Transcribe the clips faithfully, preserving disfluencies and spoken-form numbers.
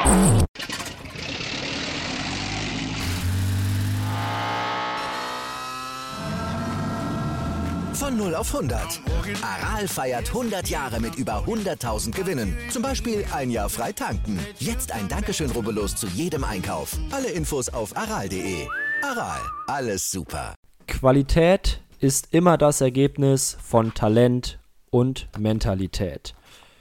Von null auf hundert. Aral feiert hundert Jahre mit über hunderttausend Gewinnen. Zum Beispiel ein Jahr frei tanken. Jetzt ein Dankeschön, rubbellos zu jedem Einkauf. Alle Infos auf aral punkt de. Aral, alles super. Qualität ist immer das Ergebnis von Talent und Mentalität.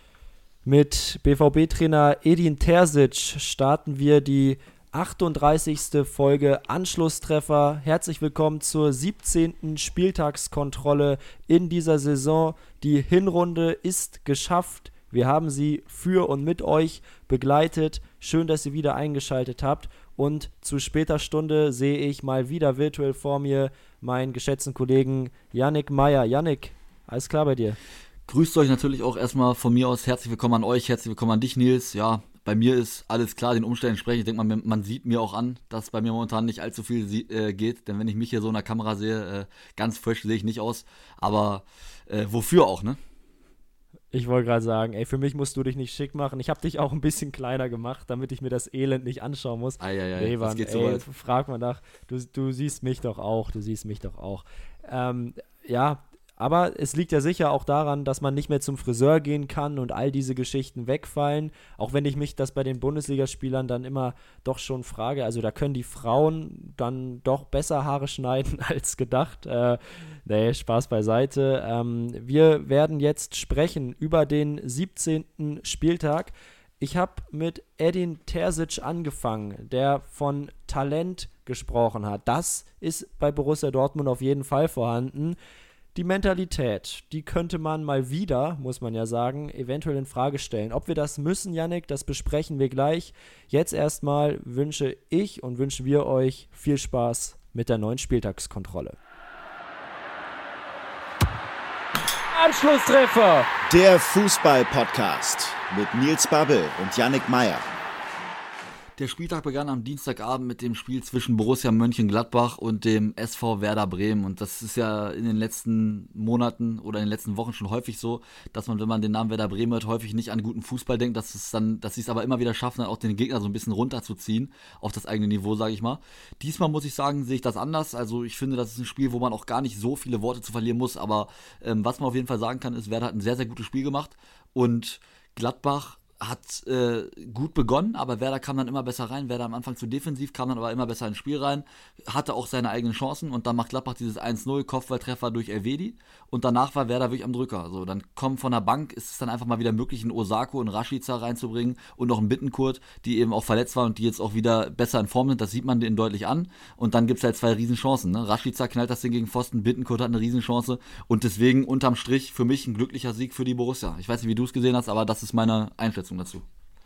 Mit B V B-Trainer Edin Terzic starten wir die achtunddreißigste Folge Anschlusstreffer. Herzlich willkommen zur siebzehnten Spieltagskontrolle in dieser Saison. Die Hinrunde ist geschafft. Wir haben sie für und mit euch begleitet. Schön, dass ihr wieder eingeschaltet habt. Und zu später Stunde sehe ich mal wieder virtuell vor mir meinen geschätzten Kollegen Yannick Meyer. Yannick, alles klar bei dir? Grüßt euch natürlich auch erstmal von mir aus. Herzlich willkommen an euch, herzlich willkommen an dich, Nils. Ja, bei mir ist alles klar, den Umständen entsprechend. Ich denke mal, man sieht mir auch an, dass bei mir momentan nicht allzu viel sie- äh, geht. Denn wenn ich mich hier so in der Kamera sehe, äh, ganz fresh sehe ich nicht aus. Aber äh, wofür auch, ne? Ich wollte gerade sagen, ey, für mich musst du dich nicht schick machen. Ich habe dich auch ein bisschen kleiner gemacht, damit ich mir das Elend nicht anschauen muss. Eieiei, nee, das geht so ey, weit. frag mal nach. Du, du siehst mich doch auch, du siehst mich doch auch. Ähm, ja, aber es liegt ja sicher auch daran, dass man nicht mehr zum Friseur gehen kann und all diese Geschichten wegfallen. Auch wenn ich mich das bei den Bundesligaspielern dann immer doch schon frage. Also da können die Frauen dann doch besser Haare schneiden als gedacht. Äh, nee, Spaß beiseite. Ähm, wir werden jetzt sprechen über den siebzehnten Spieltag. Ich habe mit Edin Terzic angefangen, der von Talent gesprochen hat. Das ist bei Borussia Dortmund auf jeden Fall vorhanden. Die Mentalität, die könnte man mal wieder, muss man ja sagen, eventuell in Frage stellen. Ob wir das müssen, Yannick, das besprechen wir gleich. Jetzt erstmal wünsche ich und wünschen wir euch viel Spaß mit der neuen Spieltagskontrolle. Anschlusstreffer! Der Fußball-Podcast mit Nils Babbel und Yannick Meyer. Der Spieltag begann am Dienstagabend mit dem Spiel zwischen Borussia Mönchengladbach und dem S V Werder Bremen. Und das ist ja in den letzten Monaten oder in den letzten Wochen schon häufig so, dass man, wenn man den Namen Werder Bremen hört, häufig nicht an guten Fußball denkt, dass es dann, dass sie es aber immer wieder schaffen, dann auch den Gegner so ein bisschen runterzuziehen auf das eigene Niveau, sage ich mal. Diesmal muss ich sagen, sehe ich das anders. Also ich finde, das ist ein Spiel, wo man auch gar nicht so viele Worte zu verlieren muss. Aber ähm, was man auf jeden Fall sagen kann, ist, Werder hat ein sehr, sehr gutes Spiel gemacht und Gladbach hat äh, gut begonnen, aber Werder kam dann immer besser rein. Werder am Anfang zu defensiv, kam dann aber immer besser ins Spiel rein, hatte auch seine eigenen Chancen und dann macht Gladbach dieses eins null, Kopfballtreffer durch Elvedi und danach war Werder wirklich am Drücker. Also dann kommen von der Bank, ist es dann einfach mal wieder möglich, einen Osako, einen Rashica reinzubringen und noch einen Bittenkurt, die eben auch verletzt waren und die jetzt auch wieder besser in Form sind. Das sieht man denen deutlich an und dann gibt es halt zwei Riesenchancen. Ne? Rashica knallt das Ding gegen Pfosten, Bittenkurt hat eine Riesenchance und deswegen unterm Strich für mich ein glücklicher Sieg für die Borussia. Ich weiß nicht, wie du es gesehen hast, aber das ist meine Einschätzung dazu.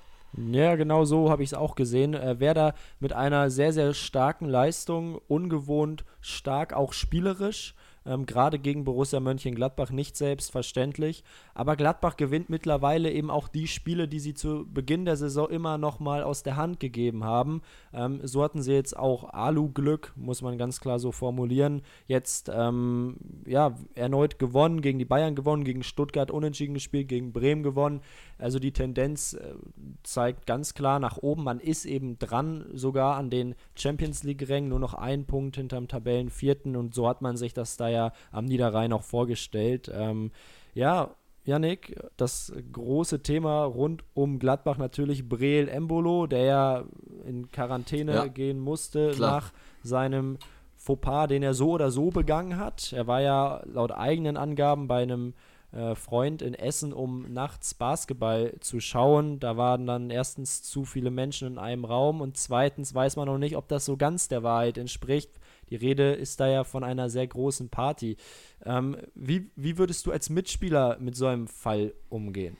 Ja, genau so habe ich es auch gesehen. Äh, Werder mit einer sehr, sehr starken Leistung, ungewohnt stark, auch spielerisch. Ähm, gerade gegen Borussia Mönchengladbach nicht selbstverständlich. Aber Gladbach gewinnt mittlerweile eben auch die Spiele, die sie zu Beginn der Saison immer noch mal aus der Hand gegeben haben. Ähm, so hatten sie jetzt auch Alu-Glück, muss man ganz klar so formulieren. Jetzt ähm, ja, erneut gewonnen, gegen die Bayern gewonnen, gegen Stuttgart unentschieden gespielt, gegen Bremen gewonnen. Also die Tendenz äh, zeigt ganz klar nach oben. Man ist eben dran, sogar an den Champions-League-Rängen, nur noch ein Punkt hinterm Tabellenvierten und so hat man sich das da ja am Niederrhein auch vorgestellt. Ähm, ja, Yannick, das große Thema rund um Gladbach natürlich Breel Embolo, der ja in Quarantäne ja, gehen musste klar. nach seinem Fauxpas, den er so oder so begangen hat. Er war ja laut eigenen Angaben bei einem äh, Freund in Essen, um nachts Basketball zu schauen. Da waren dann erstens zu viele Menschen in einem Raum und zweitens weiß man noch nicht, ob das so ganz der Wahrheit entspricht. Die Rede ist da ja von einer sehr großen Party. Ähm, wie, wie würdest du als Mitspieler mit so einem Fall umgehen?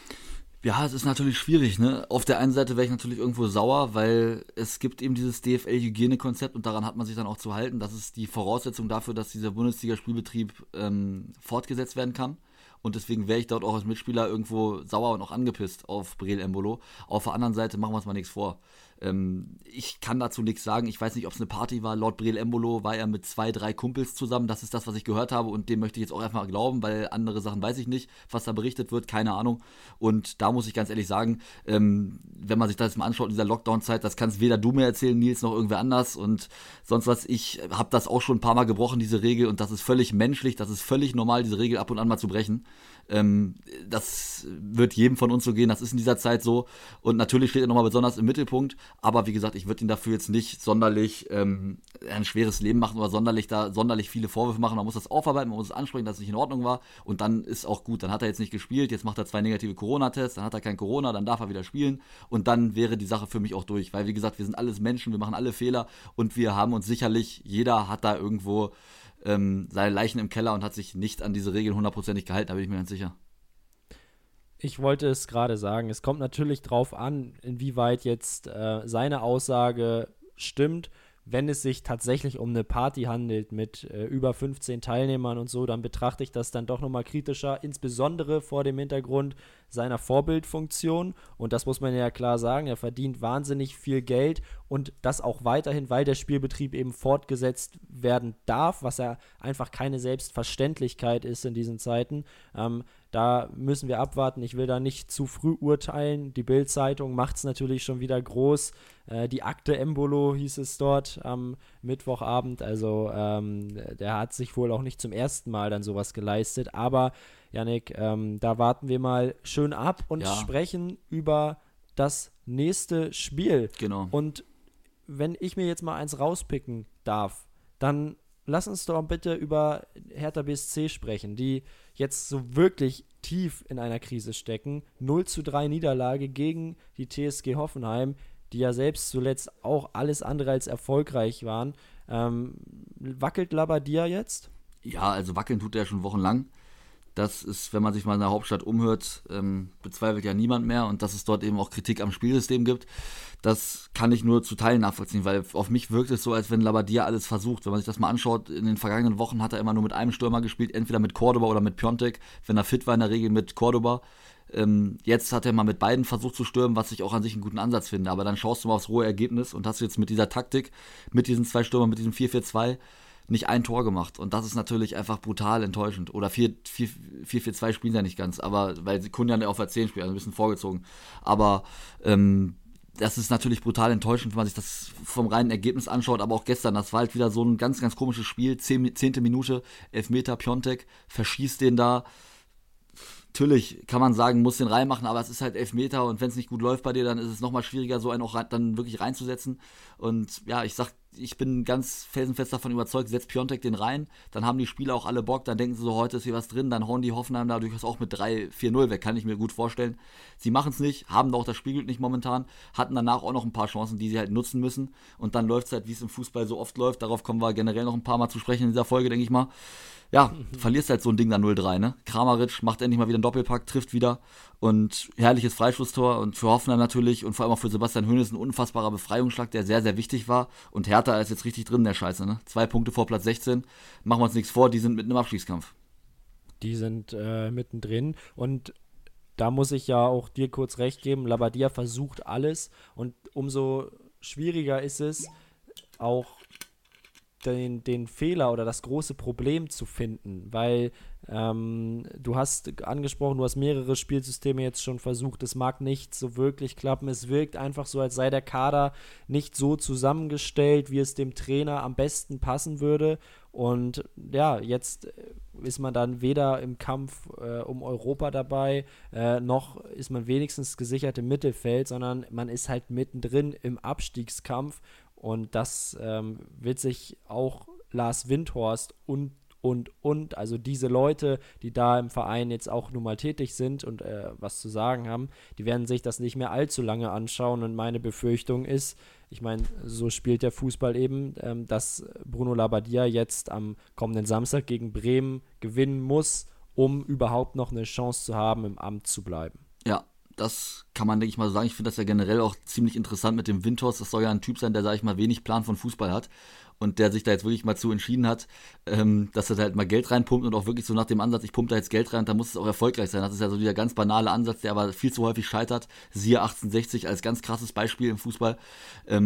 Ja, es ist natürlich schwierig, ne? Auf der einen Seite wäre ich natürlich irgendwo sauer, weil es gibt eben dieses D F L-Hygienekonzept und daran hat man sich dann auch zu halten. Das ist die Voraussetzung dafür, dass dieser Bundesliga-Spielbetrieb ähm, fortgesetzt werden kann. Und deswegen wäre ich dort auch als Mitspieler irgendwo sauer und auch angepisst auf Breel Embolo. Auf der anderen Seite machen wir uns mal nichts vor. Ähm, ich kann dazu nichts sagen. Ich weiß nicht, ob es eine Party war. Laut Breel Embolo war er mit zwei, drei Kumpels zusammen. Das ist das, was ich gehört habe. Und dem möchte ich jetzt auch einfach glauben, weil andere Sachen weiß ich nicht, was da berichtet wird. Keine Ahnung. Und da muss ich ganz ehrlich sagen, ähm, wenn man sich das mal anschaut in dieser Lockdown-Zeit, das kannst weder du mir erzählen, Nils, noch irgendwer anders und sonst was. Ich habe das auch schon ein paar Mal gebrochen, diese Regel, und das ist völlig menschlich, das ist völlig normal, diese Regel ab und an mal zu brechen. Ähm, das wird jedem von uns so gehen, das ist in dieser Zeit so, und natürlich steht er nochmal besonders im Mittelpunkt, aber wie gesagt, ich würde ihn dafür jetzt nicht sonderlich ähm, ein schweres Leben machen oder sonderlich da sonderlich viele Vorwürfe machen. Man muss das aufarbeiten, man muss es ansprechen, dass es nicht in Ordnung war, und dann ist auch gut. Dann hat er jetzt nicht gespielt, jetzt macht er zwei negative Corona-Tests, dann hat er kein Corona, dann darf er wieder spielen, und dann wäre die Sache für mich auch durch, weil wie gesagt, wir sind alles Menschen, wir machen alle Fehler, und wir haben uns sicherlich, jeder hat da irgendwo ähm, seine Leichen im Keller und hat sich nicht an diese Regeln hundertprozentig gehalten, da bin ich mir ganz sicher. Ich wollte es gerade sagen, es kommt natürlich drauf an, inwieweit jetzt äh, seine Aussage stimmt. Wenn es sich tatsächlich um eine Party handelt mit äh, über fünfzehn Teilnehmern und so, dann betrachte ich das dann doch nochmal kritischer, insbesondere vor dem Hintergrund seiner Vorbildfunktion. Und das muss man ja klar sagen, er verdient wahnsinnig viel Geld, und das auch weiterhin, weil der Spielbetrieb eben fortgesetzt werden darf, was ja einfach keine Selbstverständlichkeit ist in diesen Zeiten. Ähm, Da müssen wir abwarten. Ich will da nicht zu früh urteilen. Die Bild-Zeitung macht es natürlich schon wieder groß. Äh, die Akte Embolo hieß es dort am Mittwochabend. Also ähm, der hat sich wohl auch nicht zum ersten Mal dann sowas geleistet. Aber Yannick, ähm, da warten wir mal schön ab und ja. sprechen über das nächste Spiel. Genau. Und wenn ich mir jetzt mal eins rauspicken darf, dann lass uns doch bitte über Hertha B S C sprechen, die jetzt so wirklich tief in einer Krise stecken. null zu drei Niederlage gegen die T S G Hoffenheim, die ja selbst zuletzt auch alles andere als erfolgreich waren. Ähm, wackelt Labadia jetzt? Ja, also wackeln tut er ja schon wochenlang. Das ist, wenn man sich mal in der Hauptstadt umhört, ähm, bezweifelt ja niemand mehr, und dass es dort eben auch Kritik am Spielsystem gibt, das kann ich nur zu Teilen nachvollziehen, weil auf mich wirkt es so, als wenn Labadia alles versucht. Wenn man sich das mal anschaut, in den vergangenen Wochen hat er immer nur mit einem Stürmer gespielt, entweder mit Cordoba oder mit Piontek, wenn er fit war in der Regel mit Cordoba. Ähm, jetzt hat er mal mit beiden versucht zu stürmen, was ich auch an sich einen guten Ansatz finde, aber dann schaust du mal aufs rohe Ergebnis und hast jetzt mit dieser Taktik, mit diesen zwei Stürmern, mit diesem vier vier zwei nicht ein Tor gemacht, und das ist natürlich einfach brutal enttäuschend. Oder vier vier zwei spielen ja nicht ganz, aber weil sie Kunjan ja auf der zehn spielt, also ein bisschen vorgezogen. Aber ähm, das ist natürlich brutal enttäuschend, wenn man sich das vom reinen Ergebnis anschaut, aber auch gestern, das war halt wieder so ein ganz, ganz komisches Spiel, Zehn, zehnte Minute, Elfmeter, Piontek, verschießt den da. Natürlich kann man sagen, muss den reinmachen, aber es ist halt Elfmeter, und wenn es nicht gut läuft bei dir, dann ist es nochmal schwieriger, so einen auch rein, dann wirklich reinzusetzen. Und ja, ich sag, ich bin ganz felsenfest davon überzeugt, setzt Piontek den rein, dann haben die Spieler auch alle Bock, dann denken sie so, heute ist hier was drin, dann hauen die Hoffenheim da durchaus auch mit drei vier null weg, kann ich mir gut vorstellen. Sie machen es nicht, haben auch das Spielglück nicht momentan, hatten danach auch noch ein paar Chancen, die sie halt nutzen müssen, und dann läuft es halt, wie es im Fußball so oft läuft, darauf kommen wir generell noch ein paar Mal zu sprechen in dieser Folge, denke ich mal. Ja, mhm. verlierst halt so ein Ding da null drei, ne? Kramaric macht endlich mal wieder einen Doppelpack, trifft wieder, und herrliches Freistoßtor, und für Hoffenheim natürlich und vor allem auch für Sebastian Hoeneß ein unfassbarer Befreiungsschlag, der sehr, sehr wichtig war, und Hertha ist jetzt richtig drin in der Scheiße, ne? Zwei Punkte vor Platz sechzehn, machen wir uns nichts vor, die sind mitten im Abstiegskampf. Die sind äh, mittendrin, und da muss ich ja auch dir kurz recht geben, Labadia versucht alles, und umso schwieriger ist es, auch Den, den Fehler oder das große Problem zu finden, weil ähm, du hast angesprochen, du hast mehrere Spielsysteme jetzt schon versucht, es mag nicht so wirklich klappen, es wirkt einfach so, als sei der Kader nicht so zusammengestellt, wie es dem Trainer am besten passen würde, und ja, jetzt ist man dann weder im Kampf äh, um Europa dabei, äh, noch ist man wenigstens gesichert im Mittelfeld, sondern man ist halt mittendrin im Abstiegskampf. Und das ähm, wird sich auch Lars Windhorst und, und, und, also diese Leute, die da im Verein jetzt auch nun mal tätig sind und äh, was zu sagen haben, die werden sich das nicht mehr allzu lange anschauen. Und meine Befürchtung ist, ich meine, so spielt der Fußball eben, ähm, dass Bruno Labbadia jetzt am kommenden Samstag gegen Bremen gewinnen muss, um überhaupt noch eine Chance zu haben, im Amt zu bleiben. Ja. Das kann man, denke ich mal, so sagen. Ich finde das ja generell auch ziemlich interessant mit dem Windhorst. Das soll ja ein Typ sein, der, sage ich mal, wenig Plan von Fußball hat und der sich da jetzt wirklich mal zu entschieden hat, ähm, dass er halt mal Geld reinpumpt, und auch wirklich so nach dem Ansatz, ich pumpe da jetzt Geld rein, da muss es auch erfolgreich sein. Das ist ja so dieser ganz banale Ansatz, der aber viel zu häufig scheitert. Siehe achtzehnhundertsechzig als ganz krasses Beispiel im Fußball. Ähm,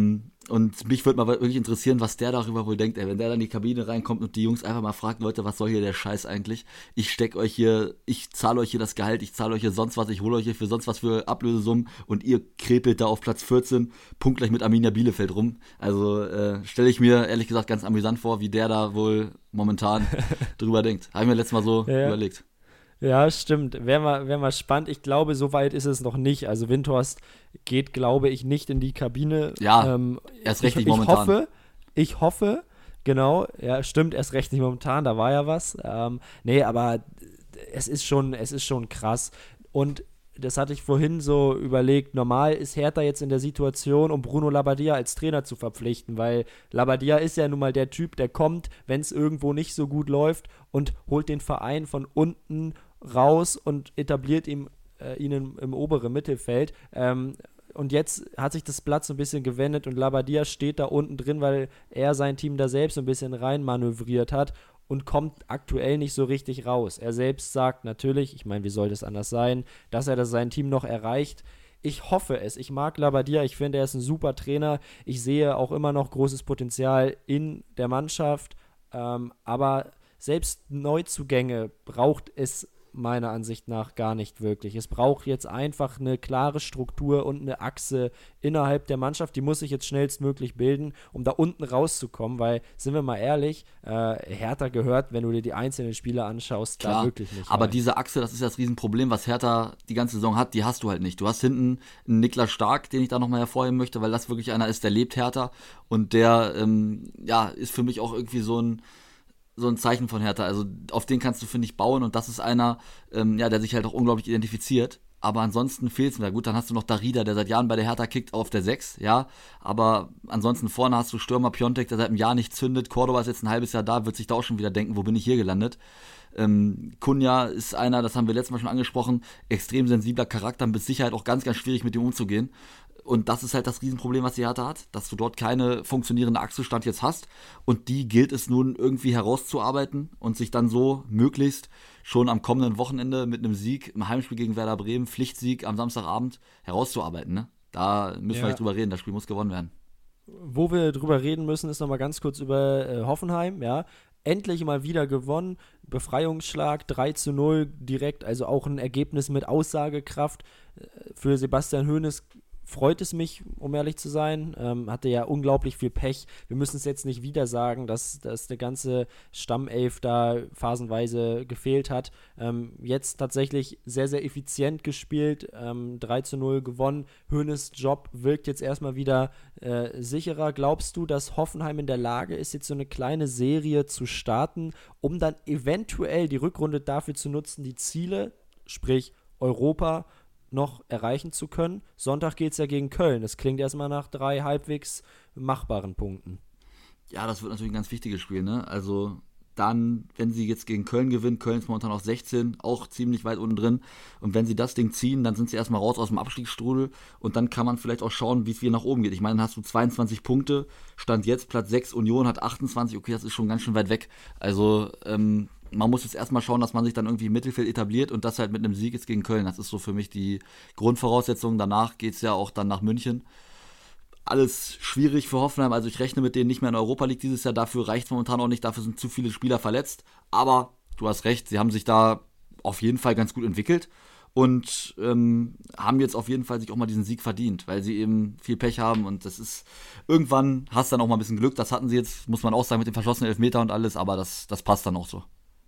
und mich würde mal wirklich interessieren, was der darüber wohl denkt, ey. Wenn der dann in die Kabine reinkommt und die Jungs einfach mal fragt, Leute, was soll hier der Scheiß eigentlich? Ich steck euch hier, ich zahle euch hier das Gehalt, ich zahle euch hier sonst was, ich hole euch hier für sonst was für Ablösesummen und ihr krepelt da auf Platz vierzehn, punktgleich mit Arminia Bielefeld rum. Also äh, stelle ich mir ehrlich gesagt ganz amüsant vor, wie der da wohl momentan drüber denkt. Habe ich mir letztes Mal so ja. überlegt. Ja, stimmt. Wäre mal, wär mal spannend. Ich glaube, so weit ist es noch nicht. Also Windhorst geht, glaube ich, nicht in die Kabine. Ja, ähm, erst recht ich, nicht momentan. Ich hoffe, ich hoffe, genau, ja, stimmt, erst recht nicht momentan, da war ja was. Ähm, nee, aber es ist schon, es ist schon krass. Und das hatte ich vorhin so überlegt, normal ist Hertha jetzt in der Situation, um Bruno Labbadia als Trainer zu verpflichten, weil Labbadia ist ja nun mal der Typ, der kommt, wenn es irgendwo nicht so gut läuft und holt den Verein von unten raus und etabliert ihm, äh, ihn im, im oberen Mittelfeld. Ähm, und jetzt hat sich das Blatt so ein bisschen gewendet und Labbadia steht da unten drin, weil er sein Team da selbst so ein bisschen rein manövriert hat und kommt aktuell nicht so richtig raus. Er selbst sagt natürlich, ich meine, wie soll das anders sein, dass er das sein Team noch erreicht. Ich hoffe es. Ich mag Labbadia. Ich finde, er ist ein super Trainer. Ich sehe auch immer noch großes Potenzial in der Mannschaft. Ähm, aber selbst Neuzugänge braucht es meiner Ansicht nach gar nicht wirklich. Es braucht jetzt einfach eine klare Struktur und eine Achse innerhalb der Mannschaft, die muss sich jetzt schnellstmöglich bilden, um da unten rauszukommen, weil, sind wir mal ehrlich, äh, Hertha gehört, wenn du dir die einzelnen Spieler anschaust, Klar, da wirklich nicht. Aber rein. Diese Achse, das ist das Riesenproblem, was Hertha die ganze Saison hat, die hast du halt nicht. Du hast hinten einen Niklas Stark, den ich da nochmal hervorheben möchte, weil das wirklich einer ist, der lebt Hertha und der, ähm, ja, ist für mich auch irgendwie so ein so ein Zeichen von Hertha, also auf den kannst du, finde ich, bauen und das ist einer, ähm, ja, der sich halt auch unglaublich identifiziert, aber ansonsten fehlt es mir. Gut, dann hast du noch Darida, der seit Jahren bei der Hertha kickt, auf der sechs, ja, aber ansonsten vorne hast du Stürmer Piontek, der seit einem Jahr nicht zündet, Cordoba ist jetzt ein halbes Jahr da, wird sich da auch schon wieder denken, wo bin ich hier gelandet. Ähm, Kunja ist einer, das haben wir letztes Mal schon angesprochen, extrem sensibler Charakter, mit Sicherheit auch ganz, ganz schwierig mit ihm umzugehen. Und das ist halt das Riesenproblem, was die Hertha hat, dass du dort keine funktionierende Achselstand jetzt hast und die gilt es nun irgendwie herauszuarbeiten und sich dann so möglichst schon am kommenden Wochenende mit einem Sieg im Heimspiel gegen Werder Bremen, Pflichtsieg am Samstagabend herauszuarbeiten. Ne? Da müssen ja. wir nicht drüber reden, das Spiel muss gewonnen werden. Wo wir drüber reden müssen, ist nochmal ganz kurz über äh, Hoffenheim, ja. Endlich mal wieder gewonnen, Befreiungsschlag, drei zu null direkt, also auch ein Ergebnis mit Aussagekraft. Für Sebastian Hoeneß freut es mich, um ehrlich zu sein. Ähm, hatte ja unglaublich viel Pech. Wir müssen es jetzt nicht wieder sagen, dass, dass eine ganze Stammelf da phasenweise gefehlt hat. Ähm, jetzt tatsächlich sehr, sehr effizient gespielt, ähm, drei zu null gewonnen. Hoeneß Job wirkt jetzt erstmal wieder äh, sicherer. Glaubst du, dass Hoffenheim in der Lage ist, jetzt so eine kleine Serie zu starten, um dann eventuell die Rückrunde dafür zu nutzen, die Ziele, sprich Europa, noch erreichen zu können? Sonntag geht es ja gegen Köln. Das klingt erstmal nach drei halbwegs machbaren Punkten. Ja, das wird natürlich ein ganz wichtiges Spiel, ne? Also dann, wenn sie jetzt gegen Köln gewinnen, Köln ist momentan auf sechzehn, auch ziemlich weit unten drin. Und wenn sie das Ding ziehen, dann sind sie erstmal raus aus dem Abstiegsstrudel und dann kann man vielleicht auch schauen, wie es wieder nach oben geht. Ich meine, dann hast du zweiundzwanzig Punkte, Stand jetzt Platz sechs, Union hat achtundzwanzig, okay, das ist schon ganz schön weit weg. Also, ähm, man muss jetzt erstmal schauen, dass man sich dann irgendwie im Mittelfeld etabliert und das halt mit einem Sieg jetzt gegen Köln. Das ist so für mich die Grundvoraussetzung. Danach geht es ja auch dann nach München. Alles schwierig für Hoffenheim, also ich rechne mit denen nicht mehr in der Europa League dieses Jahr. Dafür reicht es momentan auch nicht, dafür sind zu viele Spieler verletzt. Aber du hast recht, sie haben sich da auf jeden Fall ganz gut entwickelt und ähm, haben jetzt auf jeden Fall sich auch mal diesen Sieg verdient, weil sie eben viel Pech haben und das ist, irgendwann hast du dann auch mal ein bisschen Glück. Das hatten sie jetzt, muss man auch sagen, mit dem verschossenen Elfmeter und alles, aber das, das passt dann auch so.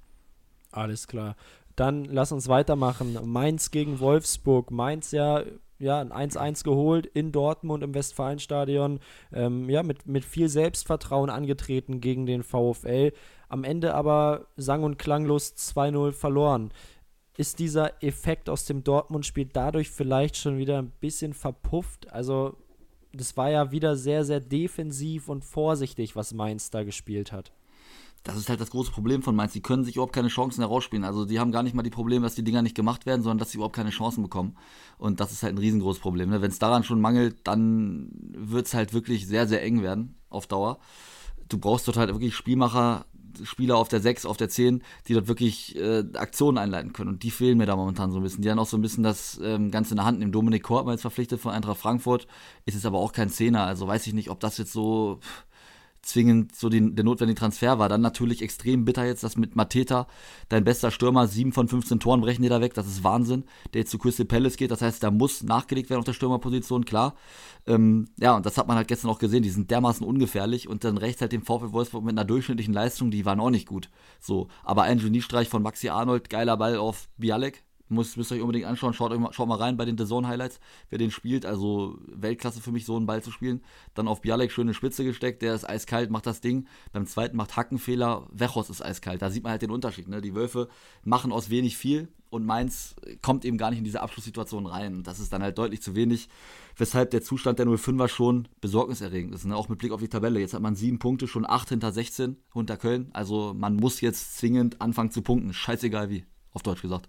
Alles klar. Dann lass uns weitermachen. Mainz gegen Wolfsburg. Mainz ja, ja ein eins eins geholt in Dortmund im Westfalenstadion. Ähm, ja, mit, mit viel Selbstvertrauen angetreten gegen den VfL. Am Ende aber sang- und klanglos zwei null verloren. Ist dieser Effekt aus dem Dortmund-Spiel dadurch vielleicht schon wieder ein bisschen verpufft? Also, das war ja wieder sehr, sehr defensiv und vorsichtig, was Mainz da gespielt hat. Das ist halt das große Problem von Mainz. Die können sich überhaupt keine Chancen herausspielen. Also die haben gar nicht mal die Probleme, dass die Dinger nicht gemacht werden, sondern dass sie überhaupt keine Chancen bekommen. Und das ist halt ein riesengroßes Problem. Ne? Wenn es daran schon mangelt, dann wird es halt wirklich sehr, sehr eng werden auf Dauer. Du brauchst dort halt wirklich Spielmacher, Spieler auf der sechs, auf der zehn, die dort wirklich äh, Aktionen einleiten können. Und die fehlen mir da momentan so ein bisschen. Die dann auch so ein bisschen das ähm, Ganze in der Hand nehmen. Dominik Kor hat man jetzt verpflichtet von Eintracht Frankfurt, ist jetzt aber auch kein Zehner. Also weiß ich nicht, ob das jetzt so pff, zwingend so die, der notwendige Transfer war. Dann natürlich extrem bitter jetzt, dass mit Mateta, dein bester Stürmer, sieben von fünfzehn Toren brechen die da weg. Das ist Wahnsinn, der jetzt zu Crystal Palace geht. Das heißt, da muss nachgelegt werden auf der Stürmerposition, klar. Ähm, ja, und das hat man halt gestern auch gesehen. Die sind dermaßen ungefährlich und dann rechts halt den VfL Wolfsburg mit einer durchschnittlichen Leistung, die waren auch nicht gut. So, aber ein Geniestreich von Maxi Arnold, geiler Ball auf Bialek. Muss, müsst ihr euch unbedingt anschauen, schaut, euch mal, schaut mal rein bei den D A Z N-Highlights, wer den spielt, also Weltklasse für mich, so einen Ball zu spielen. Dann auf Bialek schöne Spitze gesteckt, der ist eiskalt, macht das Ding. Beim zweiten macht Hackenfehler, Wechhorst ist eiskalt, da sieht man halt den Unterschied. Ne? Die Wölfe machen aus wenig viel und Mainz kommt eben gar nicht in diese Abschlusssituation rein. Das ist dann halt deutlich zu wenig, weshalb der Zustand der null fünfer schon besorgniserregend ist. Ne? Auch mit Blick auf die Tabelle, jetzt hat man sieben Punkte, schon acht hinter sechzehn, hinter Köln. Also man muss jetzt zwingend anfangen zu punkten, scheißegal wie, auf Deutsch gesagt.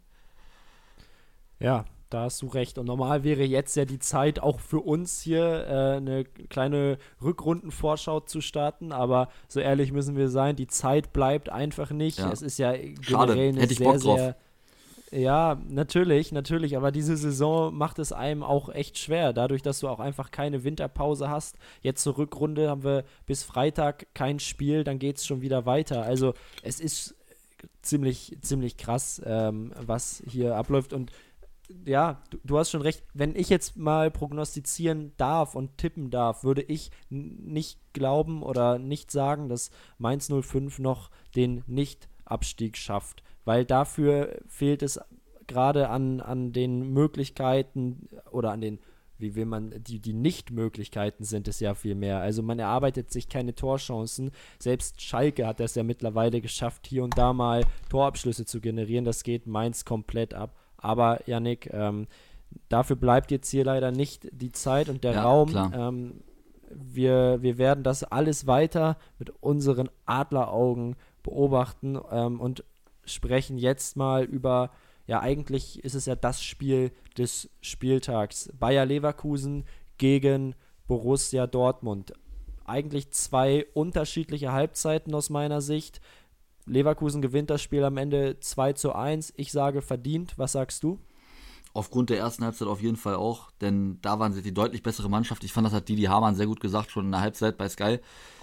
Ja, da hast du recht. Und normal wäre jetzt ja die Zeit, auch für uns hier äh, eine kleine Rückrundenvorschau zu starten. Aber so ehrlich müssen wir sein, die Zeit bleibt einfach nicht. Ja. Es ist ja Schade, generell eine hätte ich sehr, Bock drauf. sehr... Ja, natürlich, natürlich. Aber diese Saison macht es einem auch echt schwer. Dadurch, dass du auch einfach keine Winterpause hast. Jetzt zur Rückrunde haben wir bis Freitag kein Spiel, dann geht es schon wieder weiter. Also es ist ziemlich, ziemlich krass, ähm, was hier abläuft. Und ja, du, du hast schon recht, wenn ich jetzt mal prognostizieren darf und tippen darf, würde ich n- nicht glauben oder nicht sagen, dass Mainz null fünf noch den Nicht-Abstieg schafft, weil dafür fehlt es gerade an, an den Möglichkeiten oder an den, wie will man, die, die Nicht-Möglichkeiten sind es ja viel mehr. Also man erarbeitet sich keine Torchancen. Selbst Schalke hat das ja mittlerweile geschafft, hier und da mal Torabschlüsse zu generieren. Das geht Mainz komplett ab. Aber Yannick, ähm, dafür bleibt jetzt hier leider nicht die Zeit und der Ja, Raum. klar. Ähm, wir, wir werden das alles weiter mit unseren Adleraugen beobachten ähm, und sprechen jetzt mal über, ja eigentlich ist es ja das Spiel des Spieltags. Bayer Leverkusen gegen Borussia Dortmund. Eigentlich zwei unterschiedliche Halbzeiten aus meiner Sicht. Leverkusen gewinnt das Spiel am Ende zwei zu eins. Ich sage verdient. Was sagst du? Aufgrund der ersten Halbzeit auf jeden Fall auch, denn da waren sie die deutlich bessere Mannschaft. Ich fand, das hat Didi Hamann sehr gut gesagt, schon in der Halbzeit bei Sky,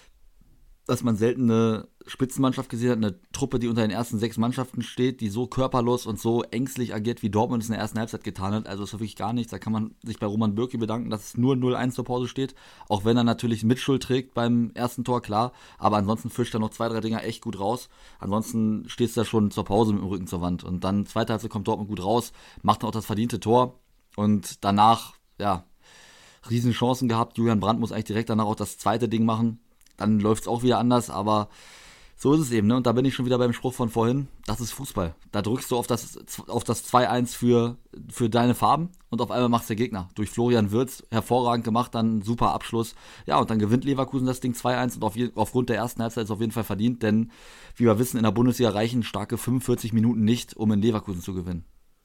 dass man selten eine Spitzenmannschaft gesehen hat, eine Truppe, die unter den ersten sechs Mannschaften steht, die so körperlos und so ängstlich agiert, wie Dortmund es in der ersten Halbzeit getan hat. Also ist wirklich gar nichts. Da kann man sich bei Roman Bürki bedanken, dass es nur null eins zur Pause steht, auch wenn er natürlich Mitschuld trägt beim ersten Tor, klar. Aber ansonsten fischt er noch zwei, drei Dinger echt gut raus. Ansonsten steht es da schon zur Pause mit dem Rücken zur Wand. Und dann zweite Halbzeit kommt Dortmund gut raus, macht dann auch das verdiente Tor. Und danach, ja, Riesenchancen gehabt. Julian Brandt muss eigentlich direkt danach auch das zweite Ding machen. Dann läuft es auch wieder anders, aber so ist es eben, ne? Und da bin ich schon wieder beim Spruch von vorhin, das ist Fußball. Da drückst du auf das, auf das zwei eins für, für deine Farben und auf einmal macht der Gegner. Durch Florian Wirtz, hervorragend gemacht, dann super Abschluss. Ja, und dann gewinnt Leverkusen das Ding zwei eins und auf je, aufgrund der ersten Halbzeit ist es auf jeden Fall verdient, denn wie wir wissen, in der Bundesliga reichen starke fünfundvierzig Minuten nicht, um in Leverkusen zu gewinnen.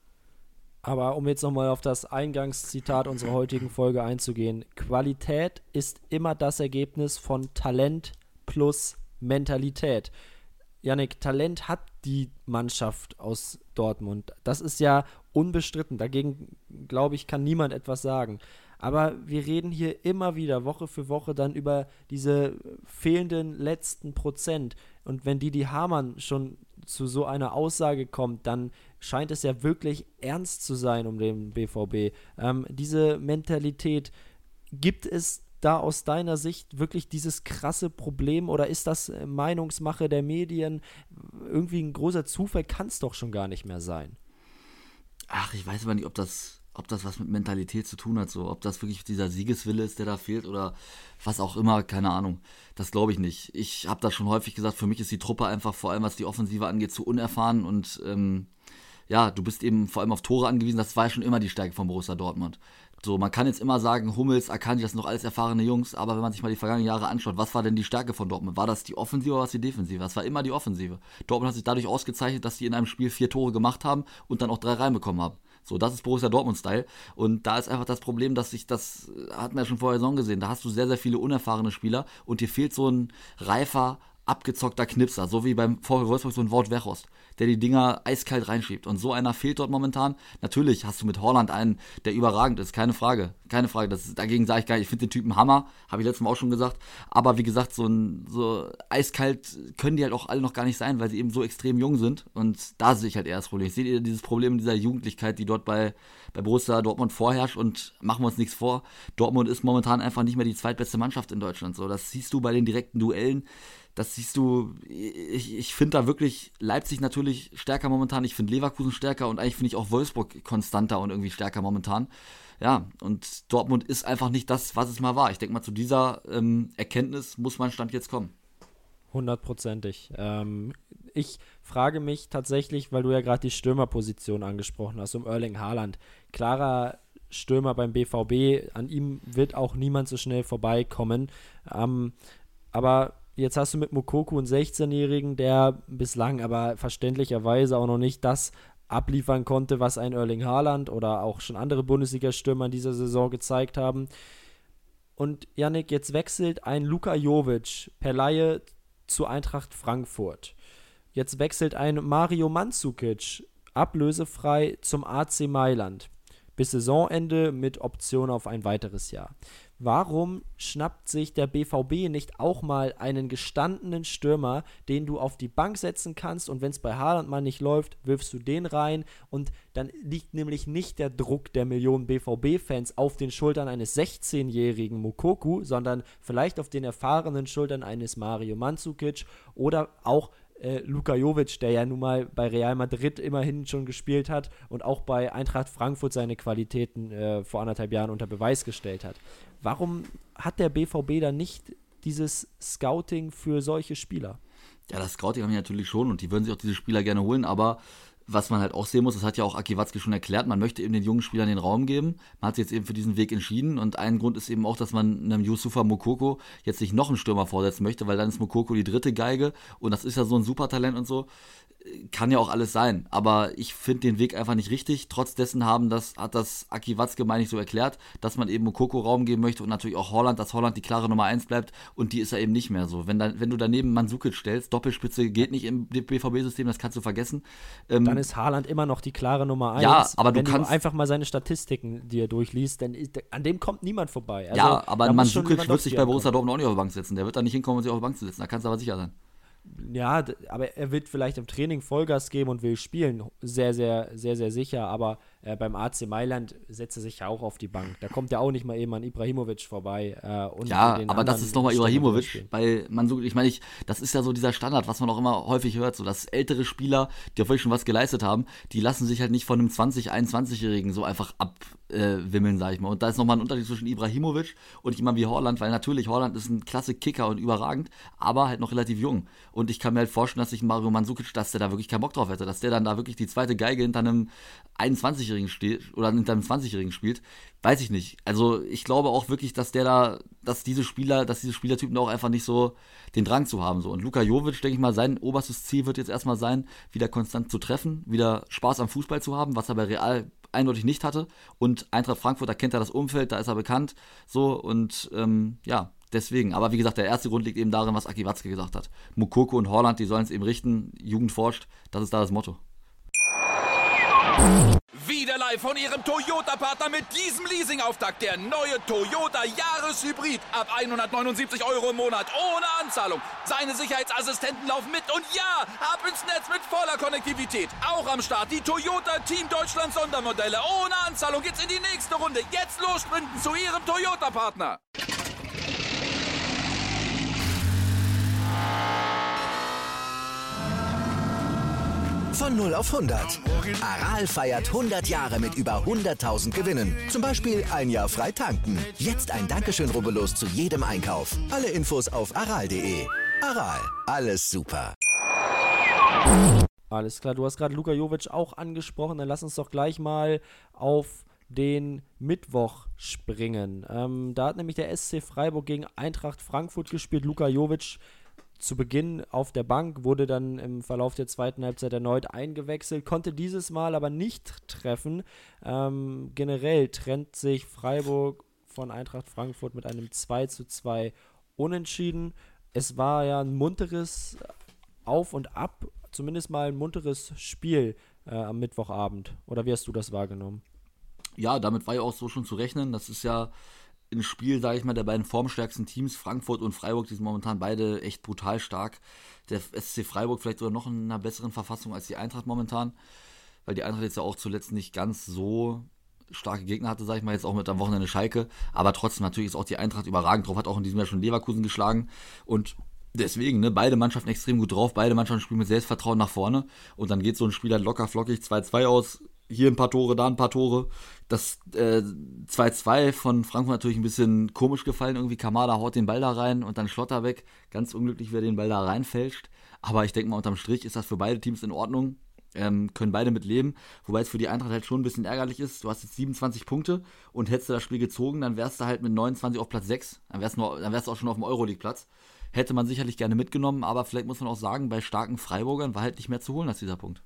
Aber um jetzt nochmal auf das Eingangszitat unserer heutigen Folge einzugehen. Qualität ist immer das Ergebnis von Talent plus Mentalität. Yannick, Talent hat die Mannschaft aus Dortmund. Das ist ja unbestritten. Dagegen, glaube ich, kann niemand etwas sagen. Aber wir reden hier immer wieder, Woche für Woche, dann über diese fehlenden letzten Prozent. Und wenn Didi Hamann schon zu so einer Aussage kommt, dann scheint es ja wirklich ernst zu sein um den B V B. Ähm, diese Mentalität, gibt es da aus deiner Sicht wirklich dieses krasse Problem oder ist das Meinungsmache der Medien? Irgendwie ein großer Zufall kann es doch schon gar nicht mehr sein. Ach, ich weiß aber nicht, ob das, ob das was mit Mentalität zu tun hat, so, ob das wirklich dieser Siegeswille ist, der da fehlt oder was auch immer, keine Ahnung. Das glaube ich nicht. Ich habe das schon häufig gesagt, für mich ist die Truppe einfach, vor allem was die Offensive angeht, zu unerfahren und ähm, ja, du bist eben vor allem auf Tore angewiesen, das war ja schon immer die Stärke von Borussia Dortmund. So, man kann jetzt immer sagen, Hummels, Akanji, das sind noch alles erfahrene Jungs, aber wenn man sich mal die vergangenen Jahre anschaut, was war denn die Stärke von Dortmund? War das die Offensive oder was die Defensive? Das war immer die Offensive. Dortmund hat sich dadurch ausgezeichnet, dass die in einem Spiel vier Tore gemacht haben und dann auch drei reinbekommen haben. So, das ist Borussia Dortmund-Style. Und da ist einfach das Problem, dass sich das, hatten wir ja schon vorher Saison gesehen, da hast du sehr, sehr viele unerfahrene Spieler und dir fehlt so ein reifer, abgezockter Knipser, so wie beim VfL Wolfsburg so ein Wout Weghorst, der die Dinger eiskalt reinschiebt. Und so einer fehlt dort momentan. Natürlich hast du mit Haaland einen, der überragend ist, keine Frage. Keine Frage, das ist, dagegen sage ich gar nicht, ich finde den Typen Hammer, habe ich letztes Mal auch schon gesagt. Aber wie gesagt, so, ein, so eiskalt können die halt auch alle noch gar nicht sein, weil sie eben so extrem jung sind. Und da sehe ich halt eher das Problem. Ich sehe dieses Problem dieser Jugendlichkeit, die dort bei, bei Borussia Dortmund vorherrscht. Und machen wir uns nichts vor, Dortmund ist momentan einfach nicht mehr die zweitbeste Mannschaft in Deutschland. So, das siehst du bei den direkten Duellen. Das siehst du, ich, ich finde da wirklich Leipzig natürlich stärker momentan, ich finde Leverkusen stärker und eigentlich finde ich auch Wolfsburg konstanter und irgendwie stärker momentan. Ja, und Dortmund ist einfach nicht das, was es mal war. Ich denke mal, zu dieser ähm, Erkenntnis muss man Stand jetzt kommen. Hundertprozentig. Ähm, ich frage mich tatsächlich, weil du ja gerade die Stürmerposition angesprochen hast, um Erling Haaland. Klarer Stürmer beim B V B, an ihm wird auch niemand so schnell vorbeikommen. Ähm, aber jetzt hast du mit Moukoko einen sechzehnjährigen, der bislang aber verständlicherweise auch noch nicht das abliefern konnte, was ein Erling Haaland oder auch schon andere Bundesliga-Stürmer in dieser Saison gezeigt haben. Und Yannick, jetzt wechselt ein Luka Jovic per Leihe zu Eintracht Frankfurt. Jetzt wechselt ein Mario Mandzukic ablösefrei zum A C Mailand. Bis Saisonende mit Option auf ein weiteres Jahr. Warum schnappt sich der B V B nicht auch mal einen gestandenen Stürmer, den du auf die Bank setzen kannst, und wenn es bei Haaland mal nicht läuft, wirfst du den rein, und dann liegt nämlich nicht der Druck der Millionen B V B-Fans auf den Schultern eines sechzehnjährigen Moukoko, sondern vielleicht auf den erfahrenen Schultern eines Mario Mandzukic oder auch Äh, Luka Jovic, der ja nun mal bei Real Madrid immerhin schon gespielt hat und auch bei Eintracht Frankfurt seine Qualitäten äh, vor anderthalb Jahren unter Beweis gestellt hat. Warum hat der B V B da nicht dieses Scouting für solche Spieler? Ja, das Scouting haben die natürlich schon und die würden sich auch diese Spieler gerne holen, aber was man halt auch sehen muss, das hat ja auch Aki Watzke schon erklärt, man möchte eben den jungen Spielern den Raum geben. Man hat sich jetzt eben für diesen Weg entschieden und ein Grund ist eben auch, dass man einem Youssoufa Moukoko jetzt nicht noch einen Stürmer vorsetzen möchte, weil dann ist Moukoko die dritte Geige und das ist ja so ein Supertalent und so. Kann ja auch alles sein, aber ich finde den Weg einfach nicht richtig. Trotz dessen haben das, hat das Aki Watzke, meine ich, so erklärt, dass man eben Moukoko Raum geben möchte und natürlich auch Haaland, dass Haaland die klare Nummer eins bleibt und die ist ja eben nicht mehr so. Wenn, dann, wenn du daneben Mandzukic stellst, Doppelspitze geht nicht im B V B-System, das kannst du vergessen. Ähm, dann ist Haaland immer noch die klare Nummer eins. Ja, aber du wenn kannst du einfach mal seine Statistiken dir durchliest, dann ist, an dem kommt niemand vorbei. Also, ja, aber Mandzukic wird sich bei ankommen. Borussia Dortmund auch nicht auf die Bank setzen. Der wird da nicht hinkommen, um sich auf die Bank zu setzen. Da kannst du aber sicher sein. Ja, d- aber er wird vielleicht im Training Vollgas geben und will spielen. Sehr, sehr, sehr, sehr sicher. Aber äh, beim A C Mailand setzt er sich ja auch auf die Bank. Da kommt ja auch nicht mal eben an Ibrahimovic vorbei. Äh, und Ja, den aber das anderen ist nochmal Stürmern Ibrahimovic, durchspielen. weil man so, ich meine, ich, das ist ja so dieser Standard, was man auch immer häufig hört, so dass ältere Spieler, die auf wirklich schon was geleistet haben, die lassen sich halt nicht von einem zwanzig-, einundzwanzigjährigen so einfach abwimmeln, äh, sag ich mal. Und da ist nochmal ein Unterschied zwischen Ibrahimovic und jemand wie Haaland, weil natürlich Haaland ist ein klasse Kicker und überragend, aber halt noch relativ jung. Und ich kann mir halt vorstellen, dass sich Mario Mandzukic, dass der da wirklich keinen Bock drauf hätte, dass der dann da wirklich die zweite Geige hinter einem einundzwanzigjährigen steht oder hinter einem zwanzigjährigen spielt, weiß ich nicht. Also ich glaube auch wirklich, dass der da, dass diese Spieler, dass diese Spielertypen da auch einfach nicht so den Drang zu haben. So. Und Luka Jovic, denke ich mal, sein oberstes Ziel wird jetzt erstmal sein, wieder konstant zu treffen, wieder Spaß am Fußball zu haben, was er bei Real eindeutig nicht hatte. Und Eintracht Frankfurt, da kennt er das Umfeld, da ist er bekannt. So und ähm, ja, deswegen. Aber wie gesagt, der erste Grund liegt eben darin, was Aki Watzke gesagt hat. Moukoko und Haaland, die sollen es eben richten. Jugend forscht, das ist da das Motto. Wieder live von Ihrem Toyota-Partner mit diesem Leasing-Auftakt. Der neue Toyota Jahreshybrid. Ab hundertneunundsiebzig Euro im Monat. Ohne Anzahlung. Seine Sicherheitsassistenten laufen mit. Und ja, ab ins Netz mit voller Konnektivität. Auch am Start die Toyota Team Deutschland Sondermodelle. Ohne Anzahlung geht's in die nächste Runde. Jetzt los sprinten zu Ihrem Toyota-Partner. Von null auf hundert. Aral feiert hundert Jahre mit über hunderttausend Gewinnen. Zum Beispiel ein Jahr frei tanken. Jetzt ein Dankeschön, rubbellos zu jedem Einkauf. Alle Infos auf aral punkt de. Aral, alles super. Alles klar, du hast gerade Luka Jovic auch angesprochen. Dann lass uns doch gleich mal auf den Mittwoch springen. Ähm, da hat nämlich der S C Freiburg gegen Eintracht Frankfurt gespielt. Luka Jovic zu Beginn auf der Bank, wurde dann im Verlauf der zweiten Halbzeit erneut eingewechselt, konnte dieses Mal aber nicht treffen. Ähm, generell trennt sich Freiburg von Eintracht Frankfurt mit einem zwei zu zwei Unentschieden. es war ja ein munteres Auf und Ab, zumindest mal ein munteres Spiel äh, am Mittwochabend. Oder wie hast du das wahrgenommen? Ja, damit war ja auch so schon zu rechnen. Das ist ja ein Spiel, sage ich mal, der beiden formstärksten Teams, Frankfurt und Freiburg, die sind momentan beide echt brutal stark. Der S C Freiburg vielleicht sogar noch in einer besseren Verfassung als die Eintracht momentan, weil die Eintracht jetzt ja auch zuletzt nicht ganz so starke Gegner hatte, sage ich mal, jetzt auch mit am Wochenende Schalke. Aber trotzdem natürlich ist auch die Eintracht überragend drauf, hat auch in diesem Jahr schon Leverkusen geschlagen und deswegen, ne, beide Mannschaften extrem gut drauf, beide Mannschaften spielen mit Selbstvertrauen nach vorne und dann geht so ein Spiel halt locker flockig zwei zwei aus, hier ein paar Tore, da ein paar Tore. Das äh, zwei zwei von Frankfurt natürlich ein bisschen komisch gefallen, irgendwie Kamada haut den Ball da rein und dann Schlotter weg, ganz unglücklich, wer den Ball da reinfälscht, aber ich denke mal, unterm Strich ist das für beide Teams in Ordnung, ähm, können beide mit leben, wobei es für die Eintracht halt schon ein bisschen ärgerlich ist, du hast jetzt siebenundzwanzig Punkte und hättest du das Spiel gezogen, dann wärst du halt mit neunundzwanzig auf Platz sechs, dann wärst du, noch, dann wärst du auch schon auf dem Euroleague-Platz. Hätte man sicherlich gerne mitgenommen, aber vielleicht muss man auch sagen, bei starken Freiburgern war halt nicht mehr zu holen als dieser Punkt.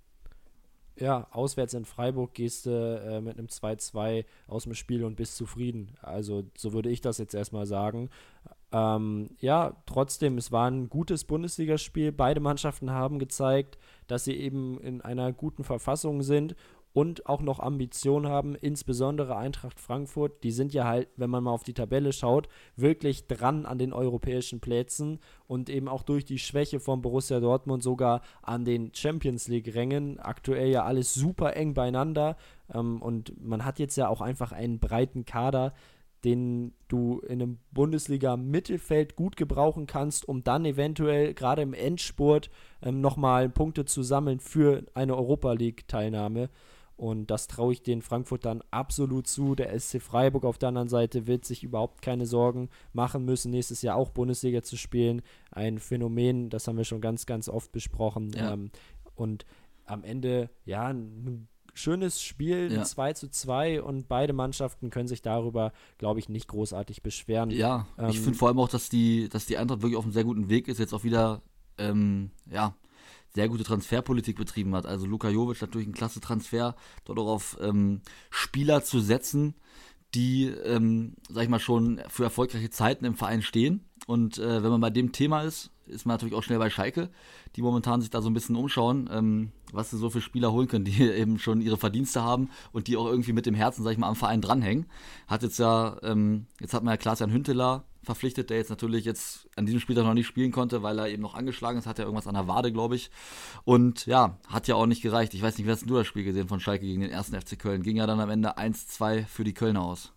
Ja, auswärts in Freiburg gehst du äh, mit einem zwei zwei aus dem Spiel und bist zufrieden. Also so würde ich das jetzt erstmal sagen. Ähm, ja, trotzdem, es war ein gutes Bundesligaspiel. Beide Mannschaften haben gezeigt, dass sie eben in einer guten Verfassung sind und auch noch Ambition haben, insbesondere Eintracht Frankfurt, die sind ja halt, wenn man mal auf die Tabelle schaut, wirklich dran an den europäischen Plätzen und eben auch durch die Schwäche von Borussia Dortmund sogar an den Champions-League-Rängen. Aktuell ja alles super eng beieinander ähm, und man hat jetzt ja auch einfach einen breiten Kader, den du in einem Bundesliga-Mittelfeld gut gebrauchen kannst, um dann eventuell gerade im Endspurt ähm, nochmal Punkte zu sammeln für eine Europa-League-Teilnahme. Und das traue ich den Frankfurtern absolut zu. Der S C Freiburg auf der anderen Seite wird sich überhaupt keine Sorgen machen müssen, nächstes Jahr auch Bundesliga zu spielen. Ein Phänomen, das haben wir schon ganz, ganz oft besprochen. Ja. Ähm, und am Ende, ja, ein schönes Spiel, Ja. zwei zu zwei und beide Mannschaften können sich darüber, glaube ich, nicht großartig beschweren. Ja, Ähm, ich finde vor allem auch, dass die, dass die Eintracht wirklich auf einem sehr guten Weg ist, jetzt auch wieder, ähm, ja, sehr gute Transferpolitik betrieben hat. Also Luka Jovic natürlich ein klasse Transfer, dort auch auf ähm, Spieler zu setzen, die, ähm, sag ich mal, schon für erfolgreiche Zeiten im Verein stehen. Und äh, wenn man bei dem Thema ist, ist man natürlich auch schnell bei Schalke, die momentan sich da so ein bisschen umschauen, ähm, was sie so für Spieler holen können, die eben schon ihre Verdienste haben und die auch irgendwie mit dem Herzen, sag ich mal, am Verein dranhängen. Hat jetzt ja, ähm, jetzt hat man ja Klaas-Jan Hünteler verpflichtet, der jetzt natürlich jetzt an diesem Spieltag noch nicht spielen konnte, weil er eben noch angeschlagen ist, hat ja irgendwas an der Wade, glaube ich. Und ja, hat ja auch nicht gereicht. Ich weiß nicht, wie hast du das Spiel gesehen von Schalke gegen den ersten F C Köln? Ging ja dann am Ende eins zwei für die Kölner aus.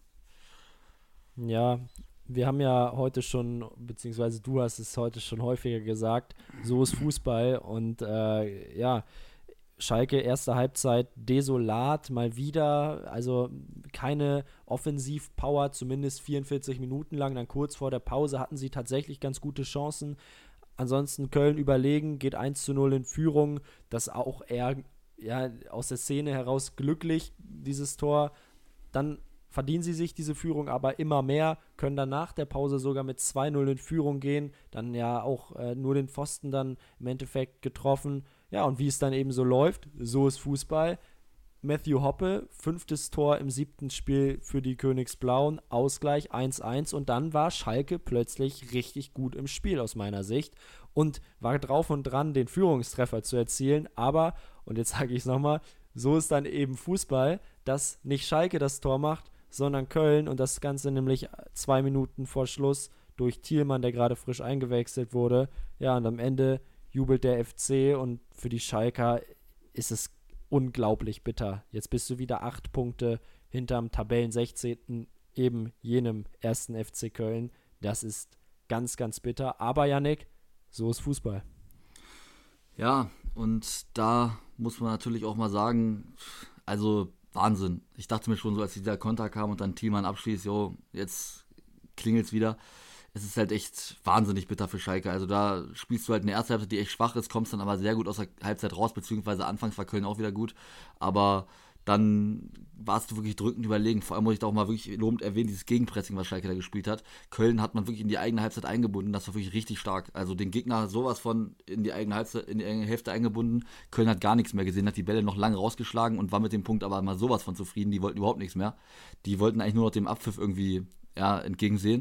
Ja, wir haben ja heute schon, beziehungsweise du hast es heute schon häufiger gesagt, so ist Fußball und äh, ja, Schalke erste Halbzeit desolat, mal wieder, also keine Offensivpower, zumindest vierundvierzig Minuten lang, dann kurz vor der Pause hatten sie tatsächlich ganz gute Chancen. Ansonsten Köln überlegen, geht eins zu null in Führung, das auch eher ja, aus der Szene heraus glücklich, dieses Tor. Dann verdienen sie sich diese Führung aber immer mehr, können dann nach der Pause sogar mit zwei null in Führung gehen, dann ja auch äh, nur den Pfosten dann im Endeffekt getroffen. Ja, und wie es dann eben so läuft, so ist Fußball. Matthew Hoppe, fünftes Tor im siebten Spiel für die Königsblauen, Ausgleich eins eins und dann war Schalke plötzlich richtig gut im Spiel aus meiner Sicht und war drauf und dran, den Führungstreffer zu erzielen, aber, und jetzt sage ich es nochmal, so ist dann eben Fußball, dass nicht Schalke das Tor macht, sondern Köln und das Ganze nämlich zwei Minuten vor Schluss durch Thielmann, der gerade frisch eingewechselt wurde. Ja, und am Ende jubelt der F C und für die Schalker ist es unglaublich bitter. Jetzt bist du wieder acht Punkte hinterm Tabellen sechzehnten eben jenem ersten F C Köln. Das ist ganz, ganz bitter. Aber Yannick, so ist Fußball. Ja, und da muss man natürlich auch mal sagen, also Wahnsinn. Ich dachte mir schon so, als dieser Konter kam und dann Thielmann abschließt, jo, jetzt klingelt's wieder. Es ist halt echt wahnsinnig bitter für Schalke. Also da spielst du halt eine erste Halbzeit, die echt schwach ist, kommst dann aber sehr gut aus der Halbzeit raus, beziehungsweise anfangs war Köln auch wieder gut. Aber dann warst du wirklich drückend überlegen. Vor allem muss ich da auch mal wirklich lobend erwähnen, dieses Gegenpressing, was Schalke da gespielt hat. Köln hat man wirklich in die eigene Halbzeit eingebunden. Das war wirklich richtig stark. Also den Gegner sowas von in die eigene Halbzeit, in die eigene Hälfte eingebunden. Köln hat gar nichts mehr gesehen, hat die Bälle noch lange rausgeschlagen und war mit dem Punkt aber mal sowas von zufrieden. Die wollten überhaupt nichts mehr. Die wollten eigentlich nur noch dem Abpfiff irgendwie ja, entgegensehen.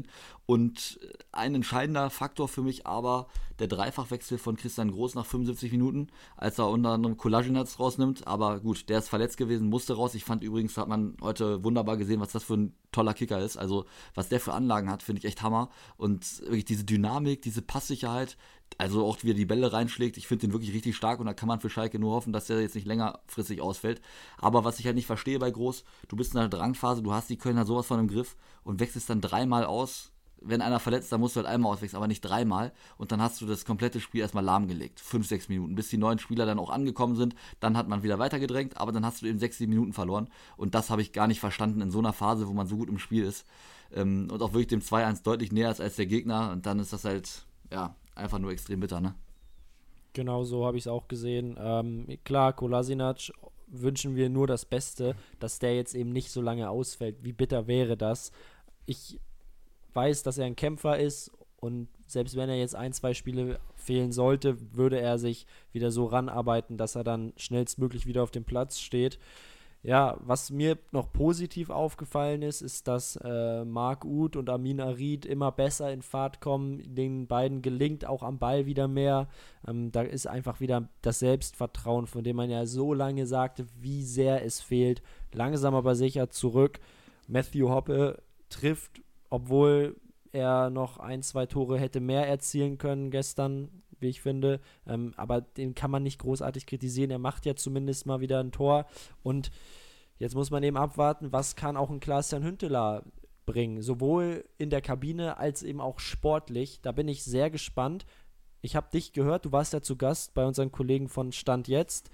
Und ein entscheidender Faktor für mich aber der Dreifachwechsel von Christian Groß nach fünfundsiebzig Minuten, als er unter anderem Kolasinac rausnimmt. Aber gut, der ist verletzt gewesen, musste raus. Ich fand übrigens, hat man heute wunderbar gesehen, was das für ein toller Kicker ist. Also was der für Anlagen hat, finde ich echt Hammer. Und wirklich diese Dynamik, diese Passsicherheit, also auch wie er die Bälle reinschlägt, ich finde den wirklich richtig stark. Und da kann man für Schalke nur hoffen, dass der jetzt nicht längerfristig ausfällt. Aber was ich halt nicht verstehe bei Groß, du bist in einer Drangphase, du hast die Kölner sowas von im Griff und wechselst dann dreimal aus. Wenn einer verletzt, dann musst du halt einmal auswechseln, aber nicht dreimal. Und dann hast du das komplette Spiel erstmal lahmgelegt. Fünf, sechs Minuten, bis die neuen Spieler dann auch angekommen sind. Dann hat man wieder weitergedrängt, aber dann hast du eben sechs, sieben Minuten verloren. Und das habe ich gar nicht verstanden in so einer Phase, wo man so gut im Spiel ist. Und auch wirklich dem zwei eins deutlich näher ist als der Gegner. Und dann ist das halt, ja, einfach nur extrem bitter, ne? Genau so habe ich es auch gesehen. Ähm, klar, Kolasinac wünschen wir nur das Beste, dass der jetzt eben nicht so lange ausfällt. Wie bitter wäre das? Ich weiß, dass er ein Kämpfer ist und selbst wenn er jetzt ein, zwei Spiele fehlen sollte, würde er sich wieder so ranarbeiten, dass er dann schnellstmöglich wieder auf dem Platz steht. Ja, was mir noch positiv aufgefallen ist, ist, dass äh, Marc Uth und Amin Arid immer besser in Fahrt kommen. Den beiden gelingt auch am Ball wieder mehr. Ähm, da ist einfach wieder das Selbstvertrauen, von dem man ja so lange sagte, wie sehr es fehlt. Langsam aber sicher zurück. Matthew Hoppe trifft, obwohl er noch ein, zwei Tore hätte mehr erzielen können gestern, wie ich finde. Ähm, aber den kann man nicht großartig kritisieren. Er macht ja zumindest mal wieder ein Tor. Und jetzt muss man eben abwarten, was kann auch ein Klaas-Jan Huntelaar bringen. Sowohl in der Kabine als eben auch sportlich. Da bin ich sehr gespannt. Ich habe dich gehört, du warst ja zu Gast bei unseren Kollegen von Stand Jetzt,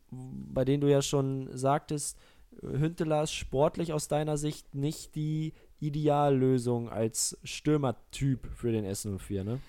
bei denen du ja schon sagtest, Huntelaar ist sportlich aus deiner Sicht nicht die Ideallösung als Stürmertyp für den S null vier, ne?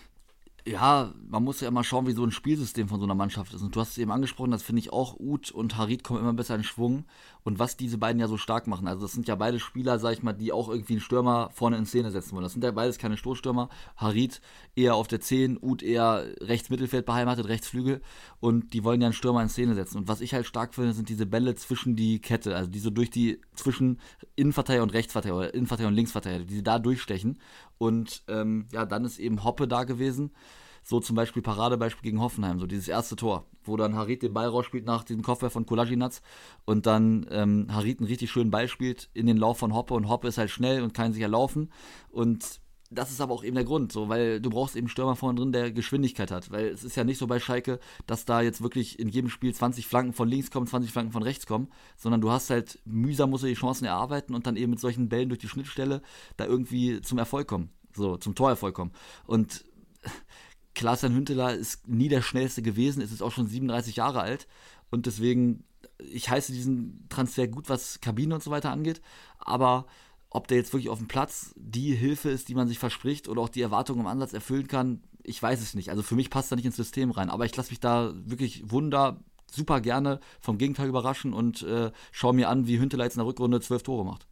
Ja, man muss ja immer schauen, wie so ein Spielsystem von so einer Mannschaft ist. Und du hast es eben angesprochen, das finde ich auch. Uth und Harit kommen immer besser in Schwung. Und was diese beiden ja so stark machen, also das sind ja beide Spieler, sag ich mal, die auch irgendwie einen Stürmer vorne in Szene setzen wollen. Das sind ja beides keine Stoßstürmer. Harit eher auf der zehn, Uth eher rechts Mittelfeld beheimatet, rechts Flügel. Und die wollen ja einen Stürmer in Szene setzen. Und was ich halt stark finde, sind diese Bälle zwischen die Kette, also die so durch die, zwischen Innenverteidiger und Rechtsverteidiger oder Innenverteidiger und Linksverteidiger, die da durchstechen. Und ähm, ja, dann ist eben Hoppe da gewesen. So zum Beispiel Paradebeispiel gegen Hoffenheim, so dieses erste Tor, wo dann Harit den Ball rausspielt nach diesem Kopfball von Kolasinac und dann ähm, Harit einen richtig schönen Ball spielt in den Lauf von Hoppe und Hoppe ist halt schnell und kann sich erlaufen und das ist aber auch eben der Grund, so, weil du brauchst eben einen Stürmer vorne drin, der Geschwindigkeit hat, weil es ist ja nicht so bei Schalke, dass da jetzt wirklich in jedem Spiel zwanzig Flanken von links kommen, zwanzig Flanken von rechts kommen, sondern du hast halt mühsam musst du die Chancen erarbeiten und dann eben mit solchen Bällen durch die Schnittstelle da irgendwie zum Erfolg kommen, so zum Torerfolg kommen und Klaas-Jan Huntelaar ist nie der Schnellste gewesen, ist jetzt auch schon siebenunddreißig Jahre alt und deswegen, ich heiße diesen Transfer gut, was Kabine und so weiter angeht, aber ob der jetzt wirklich auf dem Platz die Hilfe ist, die man sich verspricht oder auch die Erwartungen im Ansatz erfüllen kann, ich weiß es nicht. Also für mich passt er nicht ins System rein, aber ich lasse mich da wirklich wunder, super gerne vom Gegenteil überraschen und äh, schaue mir an, wie Huntelaar jetzt in der Rückrunde zwölf Tore macht.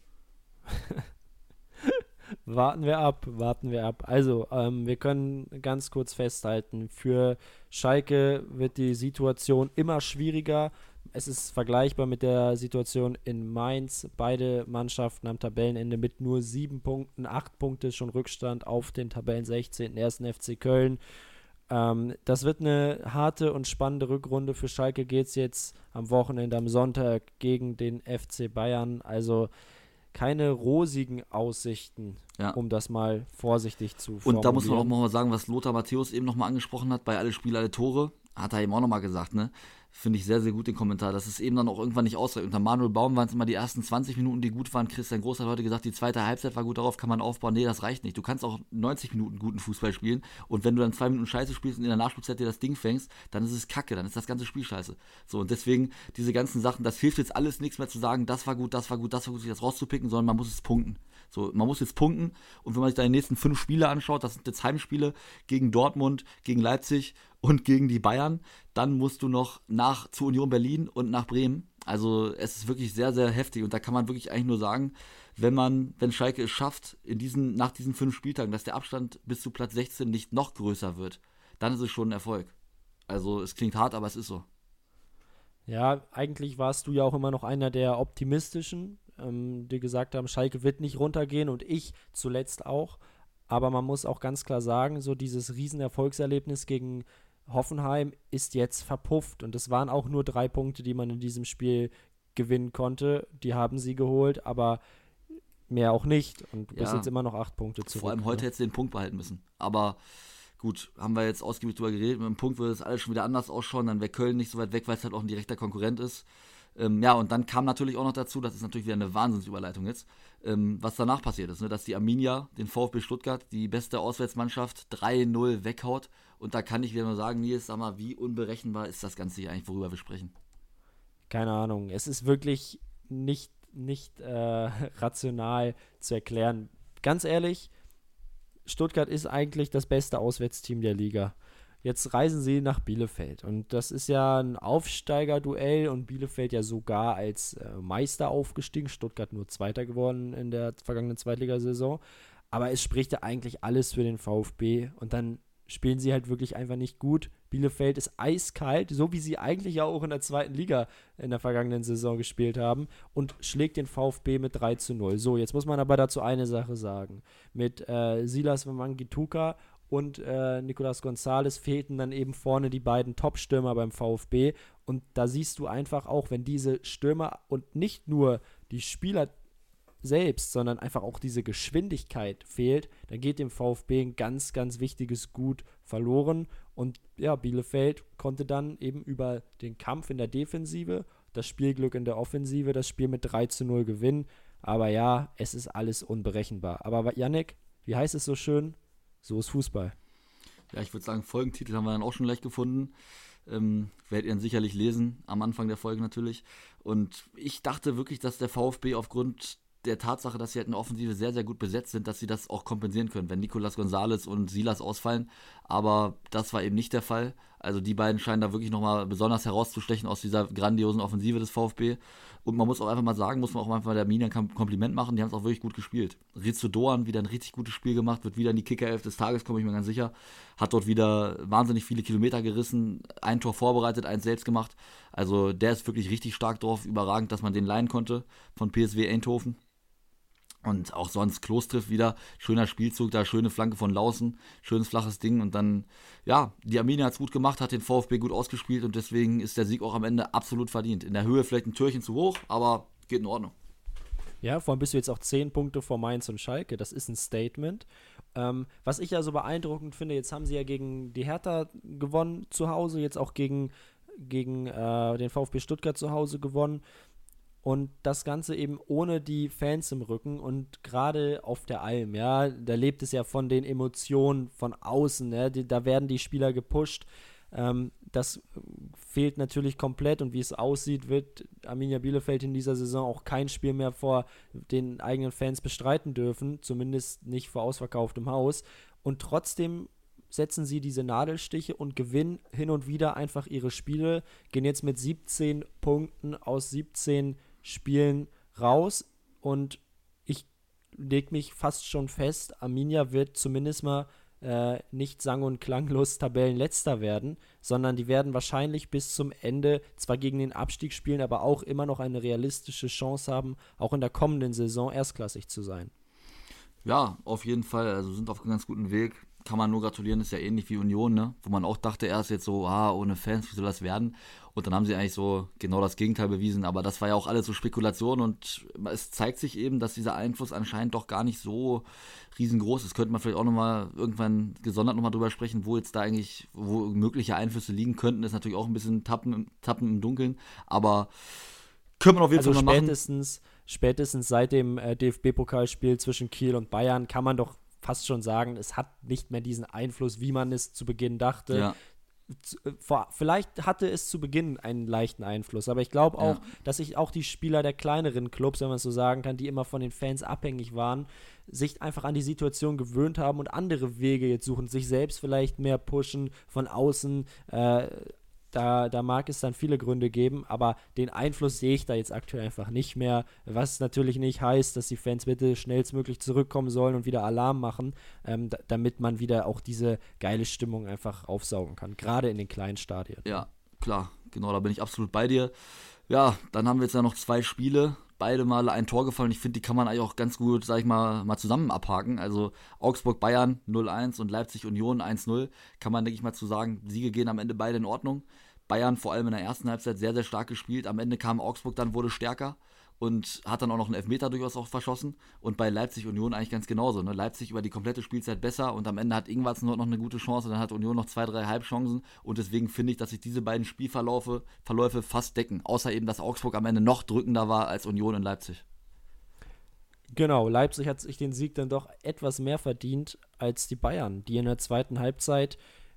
Warten wir ab, warten wir ab. Also, ähm, wir können ganz kurz festhalten, für Schalke wird die Situation immer schwieriger. Es ist vergleichbar mit der Situation in Mainz. Beide Mannschaften am Tabellenende mit nur sieben Punkten, acht Punkte schon Rückstand auf den Tabellen sechzehnten ersten F C Köln. Ähm, das wird eine harte und spannende Rückrunde. Für Schalke geht es jetzt am Wochenende, am Sonntag gegen den F C Bayern. Also keine rosigen Aussichten, ja, um das mal vorsichtig zu formulieren. Und da muss man auch mal sagen, was Lothar Matthäus eben nochmal angesprochen hat, bei alle Spiele, alle Tore, hat er eben auch nochmal gesagt, ne? Finde ich sehr, sehr gut den Kommentar, dass es eben dann auch irgendwann nicht ausreicht. Unter Manuel Baum waren es immer die ersten zwanzig Minuten, die gut waren. Christian Groß hat heute gesagt, die zweite Halbzeit war gut, darauf kann man aufbauen. Nee, das reicht nicht. Du kannst auch neunzig Minuten guten Fußball spielen und wenn du dann zwei Minuten Scheiße spielst und in der Nachspielzeit dir das Ding fängst, dann ist es Kacke, dann ist das ganze Spiel scheiße. So, und deswegen diese ganzen Sachen, das hilft jetzt alles nichts mehr zu sagen, das war gut, das war gut, das war gut, sich das rauszupicken, sondern man muss es punkten. So, man muss jetzt punkten und wenn man sich da die nächsten fünf Spiele anschaut, das sind jetzt Heimspiele gegen Dortmund, gegen Leipzig und gegen die Bayern, dann musst du noch nach zu Union Berlin und nach Bremen. Also es ist wirklich sehr, sehr heftig und da kann man wirklich eigentlich nur sagen, wenn man, wenn Schalke es schafft, in diesen, nach diesen fünf Spieltagen, dass der Abstand bis zu Platz sechzehn nicht noch größer wird, dann ist es schon ein Erfolg. Also es klingt hart, aber es ist so. Ja, eigentlich warst du ja auch immer noch einer der optimistischen ähm, die gesagt haben, Schalke wird nicht runtergehen und ich zuletzt auch. Aber man muss auch ganz klar sagen, so dieses Riesenerfolgserlebnis gegen Hoffenheim ist jetzt verpufft. Und es waren auch nur drei Punkte, die man in diesem Spiel gewinnen konnte. Die haben sie geholt, aber mehr auch nicht. Und du bist Ja, jetzt immer noch acht Punkte zurück. vor allem heute ne? hättest du den Punkt behalten müssen. Aber gut, haben wir jetzt ausgiebig drüber geredet. Mit dem Punkt würde es alles schon wieder anders ausschauen. Dann wäre Köln nicht so weit weg, weil es halt auch ein direkter Konkurrent ist. Ähm, ja, und dann kam natürlich auch noch dazu, das ist natürlich wieder eine Wahnsinnsüberleitung jetzt, ähm, was danach passiert ist, ne? Dass die Arminia, den VfB Stuttgart, die beste Auswärtsmannschaft, drei null weghaut. Und da kann ich wieder nur sagen, Nils, sag mal, wie unberechenbar ist das Ganze hier eigentlich, worüber wir sprechen? Keine Ahnung. Es ist wirklich nicht, nicht äh, rational zu erklären. Ganz ehrlich, Stuttgart ist eigentlich das beste Auswärtsteam der Liga. Jetzt reisen sie nach Bielefeld und das ist ja ein Aufsteigerduell und Bielefeld ja sogar als äh, Meister aufgestiegen, Stuttgart nur Zweiter geworden in der vergangenen Zweitligasaison. Aber es spricht ja eigentlich alles für den VfB und dann spielen sie halt wirklich einfach nicht gut. Bielefeld ist eiskalt, so wie sie eigentlich ja auch in der zweiten Liga in der vergangenen Saison gespielt haben und schlägt den VfB mit drei zu null. So, jetzt muss man aber dazu eine Sache sagen. Mit äh, Silas Wamangituka und äh, Nicolas Gonzalez fehlten dann eben vorne die beiden Top-Stürmer beim VfB. Und da siehst du einfach auch, wenn diese Stürmer und nicht nur die Spieler selbst, sondern einfach auch diese Geschwindigkeit fehlt, dann geht dem VfB ein ganz, ganz wichtiges Gut verloren. Und ja, Bielefeld konnte dann eben über den Kampf in der Defensive, das Spielglück in der Offensive, das Spiel mit drei zu null gewinnen. Aber ja, es ist alles unberechenbar. Aber Yannick, wie heißt es so schön? So ist Fußball. Ja, ich würde sagen, Folgentitel haben wir dann auch schon leicht gefunden. Ähm, werdet ihr dann sicherlich lesen, am Anfang der Folge natürlich. Und ich dachte wirklich, dass der VfB aufgrund der Tatsache, dass sie halt in der Offensive sehr, sehr gut besetzt sind, dass sie das auch kompensieren können, wenn Nicolas Gonzalez und Silas ausfallen. Aber das war eben nicht der Fall. Also die beiden scheinen da wirklich nochmal besonders herauszustechen aus dieser grandiosen Offensive des VfB. Und man muss auch einfach mal sagen, muss man auch einfach mal der Arminia ein Kompliment machen, die haben es auch wirklich gut gespielt. Rizzo Doan wieder ein richtig gutes Spiel gemacht, wird wieder in die Kicker-Elf des Tages, komme ich mir ganz sicher. Hat dort wieder wahnsinnig viele Kilometer gerissen, ein Tor vorbereitet, eins selbst gemacht. Also der ist wirklich richtig stark drauf, überragend, dass man den leihen konnte von P S V Eindhoven. Und auch sonst Klos trifft wieder, schöner Spielzug, da schöne Flanke von Laußen, schönes flaches Ding und dann, ja, die Arminia hat es gut gemacht, hat den VfB gut ausgespielt und deswegen ist der Sieg auch am Ende absolut verdient. In der Höhe vielleicht ein Türchen zu hoch, aber geht in Ordnung. Ja, vor allem bist du jetzt auch zehn Punkte vor Mainz und Schalke, das ist ein Statement. Ähm, was ich ja so beeindruckend finde, jetzt haben sie ja gegen die Hertha gewonnen zu Hause, jetzt auch gegen, gegen äh, den VfB Stuttgart zu Hause gewonnen. Und das Ganze eben ohne die Fans im Rücken und gerade auf der Alm, ja, da lebt es ja von den Emotionen von außen, ja, die, da werden die Spieler gepusht. Ähm, das fehlt natürlich komplett und wie es aussieht, wird Arminia Bielefeld in dieser Saison auch kein Spiel mehr vor den eigenen Fans bestreiten dürfen, zumindest nicht vor ausverkauftem Haus. Und trotzdem setzen sie diese Nadelstiche und gewinnen hin und wieder einfach ihre Spiele, gehen jetzt mit siebzehn Punkten aus siebzehn Spielen raus und ich lege mich fast schon fest, Arminia wird zumindest mal äh, nicht sang- und klanglos Tabellenletzter werden, sondern die werden wahrscheinlich bis zum Ende zwar gegen den Abstieg spielen, aber auch immer noch eine realistische Chance haben, auch in der kommenden Saison erstklassig zu sein. Ja, auf jeden Fall, also sind auf einem ganz guten Weg. Kann man nur gratulieren, ist ja ähnlich wie Union, ne? Wo man auch dachte erst jetzt so, ah, ohne Fans, wie soll das werden? Und dann haben sie eigentlich so genau das Gegenteil bewiesen, aber das war ja auch alles so Spekulation und es zeigt sich eben, dass dieser Einfluss anscheinend doch gar nicht so riesengroß ist. Könnte man vielleicht auch nochmal irgendwann gesondert nochmal drüber sprechen, wo jetzt da eigentlich, wo mögliche Einflüsse liegen könnten, ist natürlich auch ein bisschen Tappen, Tappen im Dunkeln, aber könnte man auf jeden also Fall mal spätestens, machen. Spätestens seit dem äh, D F B-Pokalspiel zwischen Kiel und Bayern kann man doch fast schon sagen, es hat nicht mehr diesen Einfluss, wie man es zu Beginn dachte. Ja. Vor, vielleicht hatte es zu Beginn einen leichten Einfluss, aber ich glaube auch, ja. dass sich auch die Spieler der kleineren Clubs, wenn man es so sagen kann, die immer von den Fans abhängig waren, sich einfach an die Situation gewöhnt haben und andere Wege jetzt suchen, sich selbst vielleicht mehr pushen, von außen, äh, Da, da mag es dann viele Gründe geben, aber den Einfluss sehe ich da jetzt aktuell einfach nicht mehr, was natürlich nicht heißt, dass die Fans bitte schnellstmöglich zurückkommen sollen und wieder Alarm machen, ähm, d- damit man wieder auch diese geile Stimmung einfach aufsaugen kann, gerade in den kleinen Stadien. Ja, klar, genau, da bin ich absolut bei dir. Ja, dann haben wir jetzt ja noch zwei Spiele, beide Male ein Tor gefallen. Ich finde, die kann man eigentlich auch ganz gut, sag ich mal, mal zusammen abhaken. Also Augsburg-Bayern null eins und Leipzig-Union eins null. Kann man, denke ich mal, zu sagen, Siege gehen am Ende beide in Ordnung. Bayern vor allem in der ersten Halbzeit sehr, sehr stark gespielt. Am Ende kam Augsburg dann, wurde stärker und hat dann auch noch einen Elfmeter durchaus auch verschossen. Und bei Leipzig-Union eigentlich ganz genauso. Ne? Leipzig über die komplette Spielzeit besser und am Ende hat Ingwarz noch eine gute Chance. Dann hat Union noch zwei, drei Halbchancen. Und deswegen finde ich, dass sich diese beiden Spielverläufe Verläufe fast decken. Außer eben, dass Augsburg am Ende noch drückender war als Union in Leipzig. Genau, Leipzig hat sich den Sieg dann doch etwas mehr verdient als die Bayern, die in der zweiten Halbzeit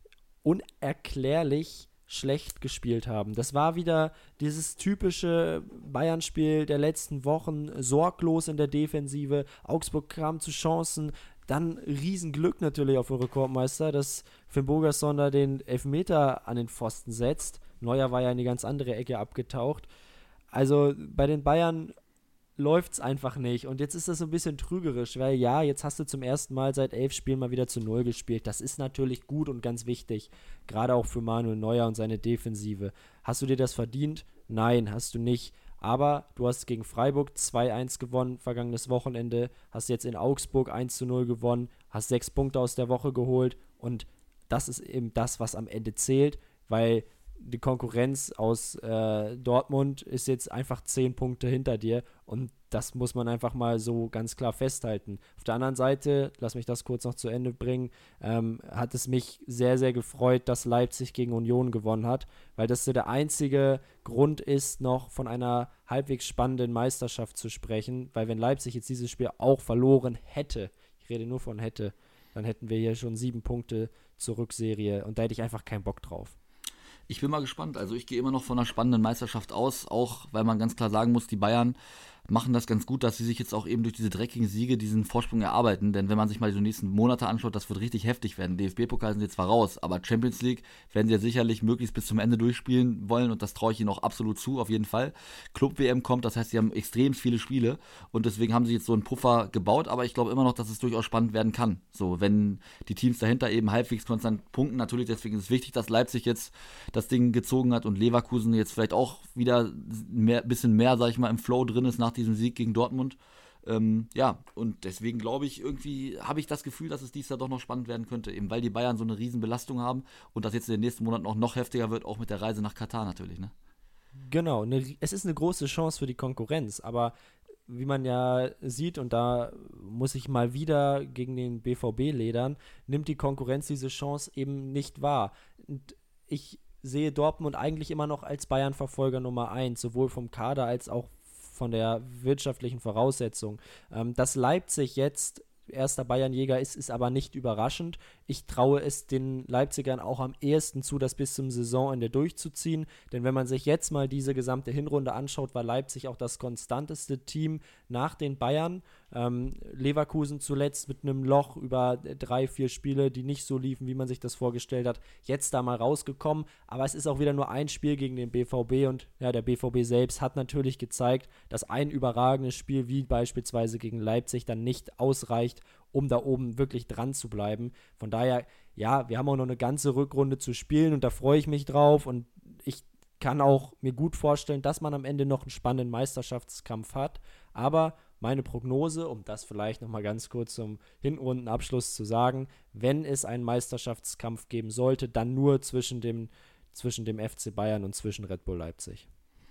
unerklärlich schlecht gespielt haben. Das war wieder dieses typische Bayern-Spiel der letzten Wochen, sorglos in der Defensive. Augsburg kam zu Chancen, dann Riesenglück natürlich auf den Rekordmeister, dass Finn Bogason da den Elfmeter an den Pfosten setzt. Neuer war ja in die ganz andere Ecke abgetaucht. Also bei den Bayern läuft es einfach nicht. Und jetzt ist das so ein bisschen trügerisch, weil ja, jetzt hast du zum ersten Mal seit elf Spielen mal wieder zu Null gespielt. Das ist natürlich gut und ganz wichtig, gerade auch für Manuel Neuer und seine Defensive. Hast du dir das verdient? Nein, hast du nicht. Aber du hast gegen Freiburg zwei eins gewonnen, vergangenes Wochenende, hast jetzt in Augsburg eins zu null gewonnen, hast sechs Punkte aus der Woche geholt und das ist eben das, was am Ende zählt, weil die Konkurrenz aus äh, Dortmund ist jetzt einfach zehn Punkte hinter dir und das muss man einfach mal so ganz klar festhalten. Auf der anderen Seite, lass mich das kurz noch zu Ende bringen, ähm, hat es mich sehr, sehr gefreut, dass Leipzig gegen Union gewonnen hat, weil das so der einzige Grund ist, noch von einer halbwegs spannenden Meisterschaft zu sprechen, weil wenn Leipzig jetzt dieses Spiel auch verloren hätte, ich rede nur von hätte, dann hätten wir hier schon sieben Punkte zur Rückserie und da hätte ich einfach keinen Bock drauf. Ich bin mal gespannt. Also ich gehe immer noch von einer spannenden Meisterschaft aus, auch weil man ganz klar sagen muss, die Bayern machen das ganz gut, dass sie sich jetzt auch eben durch diese dreckigen Siege diesen Vorsprung erarbeiten. Denn wenn man sich mal die nächsten Monate anschaut, das wird richtig heftig werden. D F B-Pokal sind jetzt zwar raus, aber Champions League werden sie ja sicherlich möglichst bis zum Ende durchspielen wollen und das traue ich ihnen auch absolut zu, auf jeden Fall. Club-W M kommt, das heißt, sie haben extrem viele Spiele und deswegen haben sie jetzt so einen Puffer gebaut, aber ich glaube immer noch, dass es durchaus spannend werden kann. So, wenn die Teams dahinter eben halbwegs konstant punkten, natürlich, deswegen ist es wichtig, dass Leipzig jetzt das Ding gezogen hat und Leverkusen jetzt vielleicht auch wieder ein bisschen mehr, sag ich mal, im Flow drin ist nach diesem Sieg gegen Dortmund. Ähm, ja, und deswegen glaube ich, irgendwie habe ich das Gefühl, dass es dies Jahr doch noch spannend werden könnte, eben weil die Bayern so eine riesen Belastung haben und das jetzt in den nächsten Monaten auch noch heftiger wird, auch mit der Reise nach Katar natürlich, ne? Genau, ne, es ist eine große Chance für die Konkurrenz, aber wie man ja sieht, und da muss ich mal wieder gegen den B V B ledern, nimmt die Konkurrenz diese Chance eben nicht wahr. Und ich sehe Dortmund eigentlich immer noch als Bayern-Verfolger Nummer eins, sowohl vom Kader als auch von der wirtschaftlichen Voraussetzung. Ähm, dass Leipzig jetzt erster Bayernjäger ist, ist aber nicht überraschend. Ich traue es den Leipzigern auch am ehesten zu, das bis zum Saisonende durchzuziehen, denn wenn man sich jetzt mal diese gesamte Hinrunde anschaut, war Leipzig auch das konstanteste Team nach den Bayern. Ähm, Leverkusen zuletzt mit einem Loch über drei, vier Spiele, die nicht so liefen, wie man sich das vorgestellt hat, jetzt da mal rausgekommen, aber es ist auch wieder nur ein Spiel gegen den B V B und ja, der B V B selbst hat natürlich gezeigt, dass ein überragendes Spiel wie beispielsweise gegen Leipzig dann nicht ausreicht, um da oben wirklich dran zu bleiben. Von daher, ja, wir haben auch noch eine ganze Rückrunde zu spielen und da freue ich mich drauf und ich kann auch mir gut vorstellen, dass man am Ende noch einen spannenden Meisterschaftskampf hat, aber meine Prognose, um das vielleicht nochmal ganz kurz zum Hinrundenabschluss zu sagen, wenn es einen Meisterschaftskampf geben sollte, dann nur zwischen dem, zwischen dem F C Bayern und zwischen Red Bull Leipzig.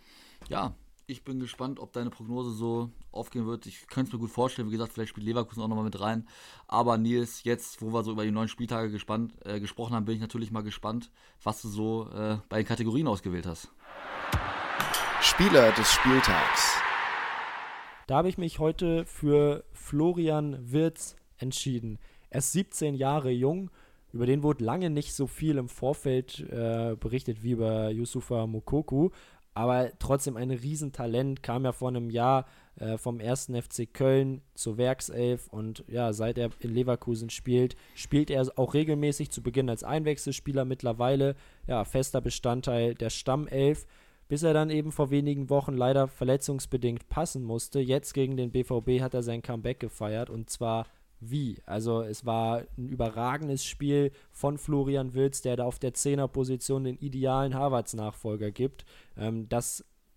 Ja, ich bin gespannt, ob deine Prognose so aufgehen wird. Ich könnte es mir gut vorstellen, wie gesagt, vielleicht spielt Leverkusen auch nochmal mit rein. Aber Nils, jetzt, wo wir so über die neuen Spieltage gespannt, äh, gesprochen haben, bin ich natürlich mal gespannt, was du so äh, bei den Kategorien ausgewählt hast. Spieler des Spieltags. Da habe ich mich heute für Florian Wirtz entschieden. Er ist siebzehn Jahre jung, über den wurde lange nicht so viel im Vorfeld äh, berichtet wie über Youssoufa Moukoko, aber trotzdem ein Riesentalent, kam ja vor einem Jahr äh, vom ersten F C Köln zur Werkself und ja, seit er in Leverkusen spielt, spielt er auch regelmäßig, zu Beginn als Einwechselspieler, mittlerweile ja, fester Bestandteil der Stammelf, bis er dann eben vor wenigen Wochen leider verletzungsbedingt passen musste. Jetzt gegen den B V B hat er sein Comeback gefeiert und zwar wie? Also es war ein überragendes Spiel von Florian Wirtz, der da auf der Zehnerposition den idealen Havertz-Nachfolger gibt. Ähm, das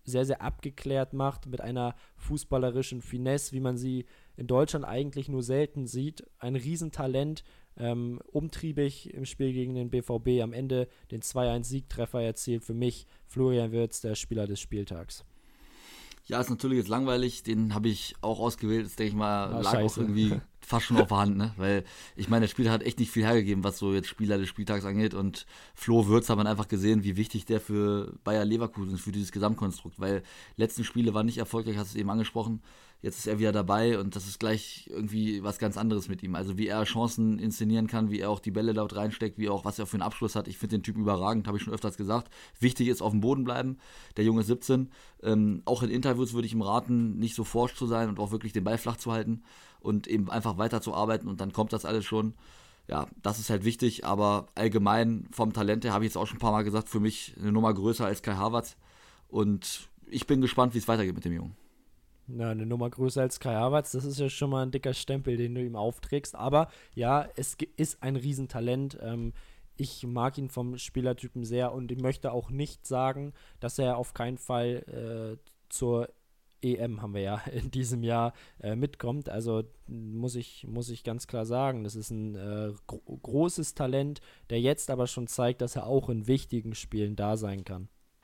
sehr, sehr abgeklärt macht, mit einer fußballerischen Finesse, wie man sie in Deutschland eigentlich nur selten sieht. Ein Riesentalent, ähm, umtriebig im Spiel gegen den B V B, am Ende den zwei eins Siegtreffer erzielt. Für mich Florian Wirtz, der Spieler des Spieltags. Ja, ist natürlich jetzt langweilig, den habe ich auch ausgewählt, das denke ich mal, Ah, lag scheiße. auch irgendwie fast schon auf der Hand, ne? Weil ich meine, der Spieler hat echt nicht viel hergegeben, was so jetzt Spieler des Spieltags angeht, und Flo Wirtz hat man einfach gesehen, wie wichtig der für Bayer Leverkusen ist, für dieses Gesamtkonstrukt, weil letzten Spiele waren nicht erfolgreich, hast du es eben angesprochen, jetzt ist er wieder dabei und das ist gleich irgendwie was ganz anderes mit ihm, also wie er Chancen inszenieren kann, wie er auch die Bälle dort reinsteckt, wie auch was er für einen Abschluss hat, ich finde den Typen überragend, habe ich schon öfters gesagt, wichtig ist auf dem Boden bleiben, der Junge ist siebzehn, ähm, auch in Interviews würde ich ihm raten, nicht so forsch zu sein und auch wirklich den Ball flach zu halten und eben einfach weiterzuarbeiten und dann kommt das alles schon. Ja, das ist halt wichtig, aber allgemein vom Talent her, habe ich jetzt auch schon ein paar Mal gesagt, für mich eine Nummer größer als Kai Havertz und ich bin gespannt, wie es weitergeht mit dem Jungen. Na, eine Nummer größer als Kai Havertz, das ist ja schon mal ein dicker Stempel, den du ihm aufträgst. Aber ja, es ge- ist ein Riesentalent. Ähm, ich mag ihn vom Spielertypen sehr und ich möchte auch nicht sagen, dass er auf keinen Fall äh, zur E M, haben wir ja in diesem Jahr, äh, mitkommt. Also muss ich, muss ich ganz klar sagen, das ist ein äh, gro- großes Talent, der jetzt aber schon zeigt, dass er auch in wichtigen Spielen da sein kann.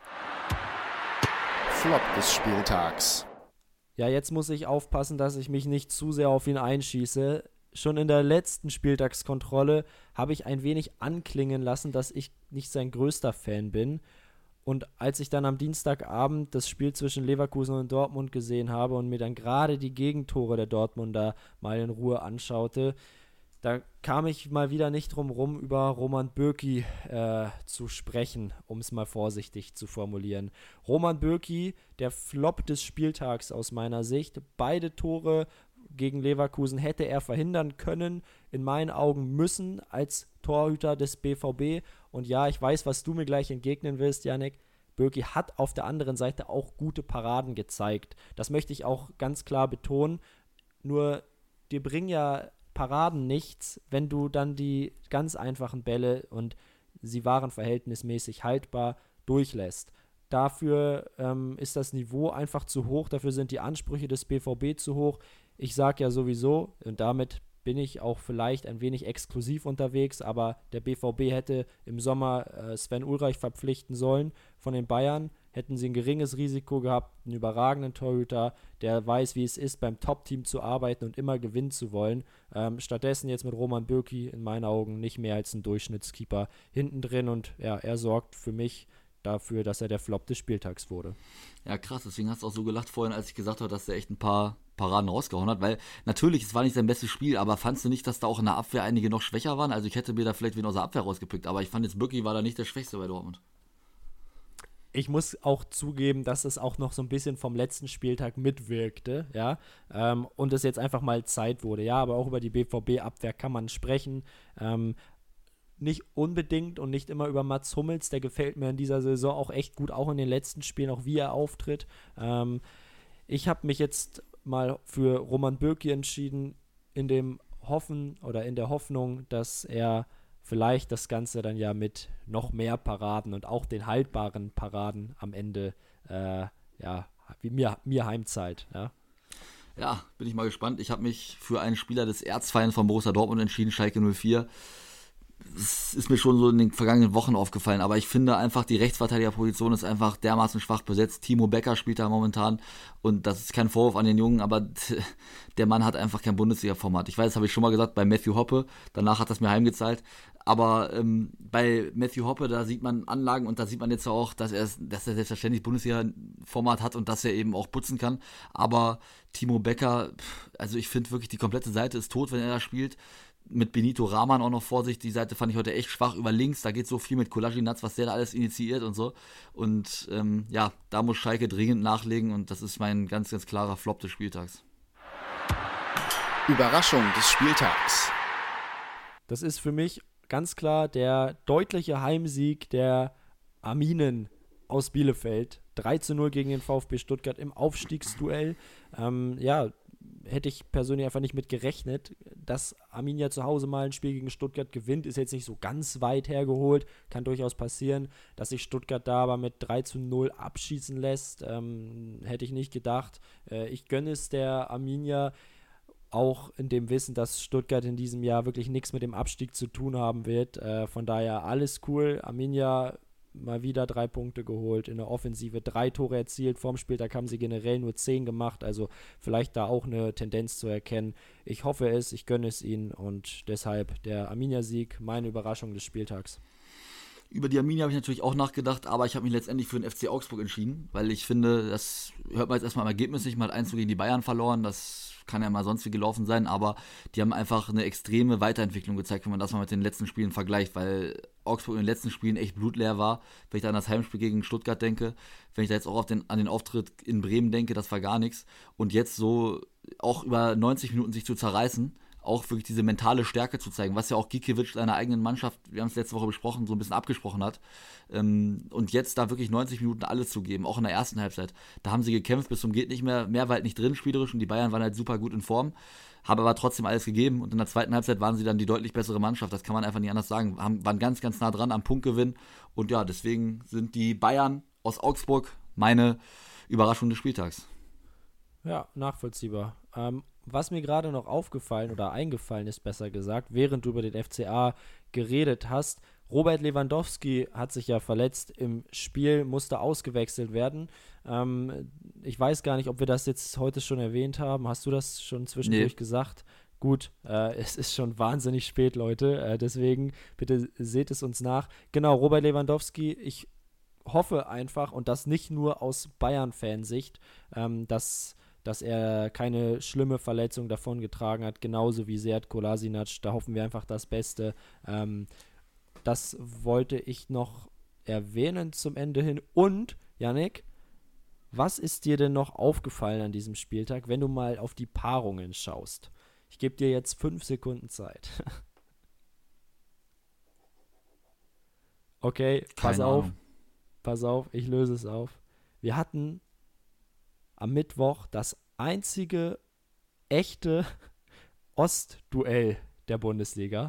Flop des Spieltags. Ja, jetzt muss ich aufpassen, dass ich mich nicht zu sehr auf ihn einschieße. Schon in der letzten Spieltagskontrolle habe ich ein wenig anklingen lassen, dass ich nicht sein größter Fan bin. Und als ich dann am Dienstagabend das Spiel zwischen Leverkusen und Dortmund gesehen habe und mir dann gerade die Gegentore der Dortmunder mal in Ruhe anschaute, da kam ich mal wieder nicht drum rum, über Roman Bürki äh, zu sprechen, um es mal vorsichtig zu formulieren. Roman Bürki, der Flop des Spieltags aus meiner Sicht. Beide Tore gegen Leverkusen hätte er verhindern können, in meinen Augen müssen, als Torhüter des B V B. Und ja, ich weiß, was du mir gleich entgegnen willst, Yannick. Bürki hat auf der anderen Seite auch gute Paraden gezeigt. Das möchte ich auch ganz klar betonen. Nur, dir bringen ja Paraden nichts, wenn du dann die ganz einfachen Bälle, und sie waren verhältnismäßig haltbar, durchlässt. Dafür ähm, ist das Niveau einfach zu hoch, dafür sind die Ansprüche des B V B zu hoch. Ich sage ja sowieso, und damit bin ich auch vielleicht ein wenig exklusiv unterwegs, aber der B V B hätte im Sommer äh, Sven Ulreich verpflichten sollen von den Bayern. Hätten sie ein geringes Risiko gehabt, einen überragenden Torhüter, der weiß, wie es ist, beim Top-Team zu arbeiten und immer gewinnen zu wollen. Ähm, stattdessen jetzt mit Roman Bürki in meinen Augen nicht mehr als ein Durchschnittskeeper hinten drin, und ja, er sorgt für mich dafür, dass er der Flop des Spieltags wurde. Ja, krass, deswegen hast du auch so gelacht vorhin, als ich gesagt habe, dass er echt ein paar Paraden rausgehauen hat, weil natürlich, es war nicht sein bestes Spiel, aber fandst du nicht, dass da auch in der Abwehr einige noch schwächer waren? Also ich hätte mir da vielleicht wen aus der Abwehr rausgepickt, aber ich fand jetzt Bürki war da nicht der Schwächste bei Dortmund. Ich muss auch zugeben, dass es auch noch so ein bisschen vom letzten Spieltag mitwirkte, ja, ähm, und es jetzt einfach mal Zeit wurde, ja, aber auch über die B V B-Abwehr kann man sprechen, ähm, nicht unbedingt und nicht immer über Mats Hummels, der gefällt mir in dieser Saison auch echt gut, auch in den letzten Spielen, auch wie er auftritt. Ähm, ich habe mich jetzt mal für Roman Bürki entschieden, in dem Hoffen oder in der Hoffnung, dass er vielleicht das Ganze dann ja mit noch mehr Paraden und auch den haltbaren Paraden am Ende, äh, ja, wie mir, mir heimzahlt, ja. Ja, bin ich mal gespannt. Ich habe mich für einen Spieler des Erzfeinds von Borussia Dortmund entschieden, Schalke null vier. Das ist mir schon so in den vergangenen Wochen aufgefallen, aber ich finde einfach, die Rechtsverteidigerposition ist einfach dermaßen schwach besetzt. Timo Becker spielt da momentan und das ist kein Vorwurf an den Jungen, aber der Mann hat einfach kein Bundesliga-Format. Ich weiß, das habe ich schon mal gesagt, bei Matthew Hoppe, danach hat das mir heimgezahlt, aber ähm, bei Matthew Hoppe, da sieht man Anlagen und da sieht man jetzt auch, dass er, dass er selbstverständlich Bundesliga-Format hat und dass er eben auch putzen kann, aber Timo Becker, also ich finde wirklich, die komplette Seite ist tot, wenn er da spielt. Mit Benito Rahman auch noch vor sich, die Seite fand ich heute echt schwach über links, da geht so viel mit Kolasinac, was der da alles initiiert und so, und ähm, ja, da muss Schalke dringend nachlegen und das ist mein ganz, ganz klarer Flop des Spieltags. Überraschung des Spieltags. Das ist für mich ganz klar der deutliche Heimsieg der Arminen aus Bielefeld. drei zu null gegen den VfB Stuttgart im Aufstiegsduell. Ähm, ja, hätte ich persönlich einfach nicht mit gerechnet. Dass Arminia zu Hause mal ein Spiel gegen Stuttgart gewinnt, ist jetzt nicht so ganz weit hergeholt, kann durchaus passieren. Dass sich Stuttgart da aber mit drei zu null abschießen lässt, ähm, hätte ich nicht gedacht. Äh, ich gönne es der Arminia, auch in dem Wissen, dass Stuttgart in diesem Jahr wirklich nichts mit dem Abstieg zu tun haben wird. Äh, von daher alles cool. Arminia mal wieder drei Punkte geholt, in der Offensive drei Tore erzielt. Vorm Spieltag haben sie generell nur zehn gemacht, also vielleicht da auch eine Tendenz zu erkennen. Ich hoffe es, ich gönne es ihnen und deshalb der Arminia-Sieg, meine Überraschung des Spieltags. Über die Arminia habe ich natürlich auch nachgedacht, aber ich habe mich letztendlich für den F C Augsburg entschieden, weil ich finde, das hört man jetzt erstmal am Ergebnis nicht, mal eins gegen die Bayern verloren, das kann ja mal sonst wie gelaufen sein, aber die haben einfach eine extreme Weiterentwicklung gezeigt, wenn man das mal mit den letzten Spielen vergleicht, weil Augsburg in den letzten Spielen echt blutleer war, wenn ich da an das Heimspiel gegen Stuttgart denke, wenn ich da jetzt auch auf den, an den Auftritt in Bremen denke, das war gar nichts und jetzt so auch über neunzig Minuten sich zu zerreißen, auch wirklich diese mentale Stärke zu zeigen, was ja auch Gikiewicz seiner eigenen Mannschaft, wir haben es letzte Woche besprochen, so ein bisschen abgesprochen hat. Ähm, und jetzt da wirklich neunzig Minuten alles zu geben, auch in der ersten Halbzeit. Da haben sie gekämpft bis zum geht nicht mehr, mehr war halt nicht drin spielerisch und die Bayern waren halt super gut in Form, haben aber trotzdem alles gegeben und in der zweiten Halbzeit waren sie dann die deutlich bessere Mannschaft, das kann man einfach nicht anders sagen, haben, waren ganz, ganz nah dran am Punktgewinn und ja, deswegen sind die Bayern aus Augsburg meine Überraschung des Spieltags. Ja, nachvollziehbar. Ähm, was mir gerade noch aufgefallen oder eingefallen ist, besser gesagt, während du über den F C A geredet hast, Robert Lewandowski hat sich ja verletzt im Spiel, musste ausgewechselt werden. Ähm, ich weiß gar nicht, ob wir das jetzt heute schon erwähnt haben. Hast du das schon zwischendurch nee. gesagt? Gut, äh, es ist schon wahnsinnig spät, Leute. Äh, deswegen bitte seht es uns nach. Genau, Robert Lewandowski, ich hoffe einfach, und das nicht nur aus Bayern-Fansicht, ähm, dass dass er keine schlimme Verletzung davongetragen hat, genauso wie Sead Kolasinac. Da hoffen wir einfach das Beste. Ähm, das wollte ich noch erwähnen zum Ende hin. Und, Yannick, was ist dir denn noch aufgefallen an diesem Spieltag, wenn du mal auf die Paarungen schaust? Ich gebe dir jetzt fünf Sekunden Zeit. Okay, pass Keine auf. Ahnung. Pass auf, ich löse es auf. Wir hatten am Mittwoch das einzige echte Ostduell der Bundesliga.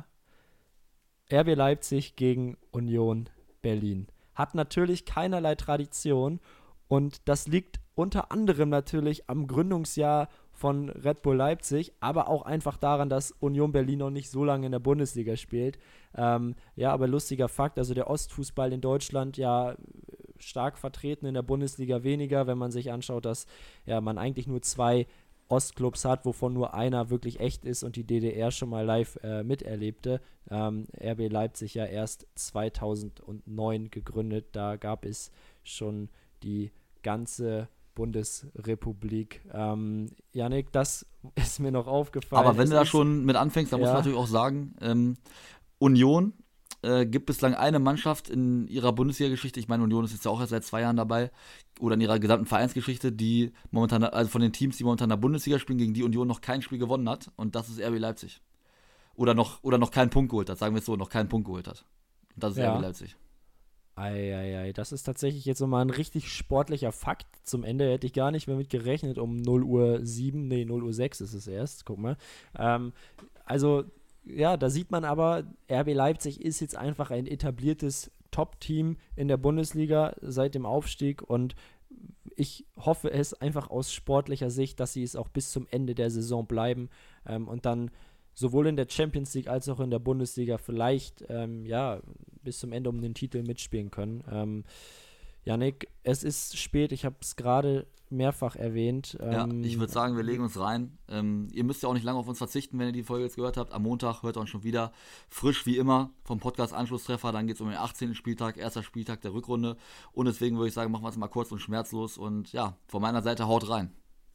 R B Leipzig gegen Union Berlin. Hat natürlich keinerlei Tradition und das liegt unter anderem natürlich am Gründungsjahr von Red Bull Leipzig, aber auch einfach daran, dass Union Berlin noch nicht so lange in der Bundesliga spielt. Ähm, ja, aber lustiger Fakt, also der Ostfußball in Deutschland ja stark vertreten, in der Bundesliga weniger, wenn man sich anschaut, dass ja, man eigentlich nur zwei Ostclubs hat, wovon nur einer wirklich echt ist und die D D R schon mal live äh, miterlebte. Ähm, R B Leipzig ja erst zweitausendneun gegründet, da gab es schon die ganze Bundesrepublik. Ähm, Yannick, das ist mir noch aufgefallen. Aber wenn es du da ist, schon mit anfängst, dann ja. muss man natürlich auch sagen, ähm, Union äh, gibt bislang eine Mannschaft in ihrer Bundesliga-Geschichte, ich meine, Union ist jetzt ja auch erst seit zwei Jahren dabei, oder in ihrer gesamten Vereinsgeschichte, die momentan, also von den Teams, die momentan in der Bundesliga spielen, gegen die Union noch kein Spiel gewonnen hat, und das ist R B Leipzig. Oder noch, oder noch keinen Punkt geholt hat, sagen wir es so, noch keinen Punkt geholt hat. Und das ist ja. R B Leipzig. Eieiei, das ist tatsächlich jetzt nochmal ein richtig sportlicher Fakt. Zum Ende hätte ich gar nicht mehr mit gerechnet. Um null Uhr sieben, nee, null Uhr sechs ist es erst. Guck mal. Ähm, also, ja, da sieht man aber, R B Leipzig ist jetzt einfach ein etabliertes Top-Team in der Bundesliga seit dem Aufstieg und ich hoffe es einfach aus sportlicher Sicht, dass sie es auch bis zum Ende der Saison bleiben ähm, und dann sowohl in der Champions League als auch in der Bundesliga vielleicht ähm, ja, bis zum Ende um den Titel mitspielen können. Ähm, Yannick, es ist spät, ich habe es gerade mehrfach erwähnt. Ähm, ja, ich würde sagen, wir legen uns rein. Ähm, ihr müsst ja auch nicht lange auf uns verzichten, wenn ihr die Folge jetzt gehört habt. Am Montag hört ihr uns schon wieder frisch wie immer vom Podcast Anschlusstreffer. Dann geht es um den achtzehnten Spieltag, erster Spieltag der Rückrunde. Und deswegen würde ich sagen, machen wir es mal kurz und schmerzlos. Und ja, von meiner Seite haut rein.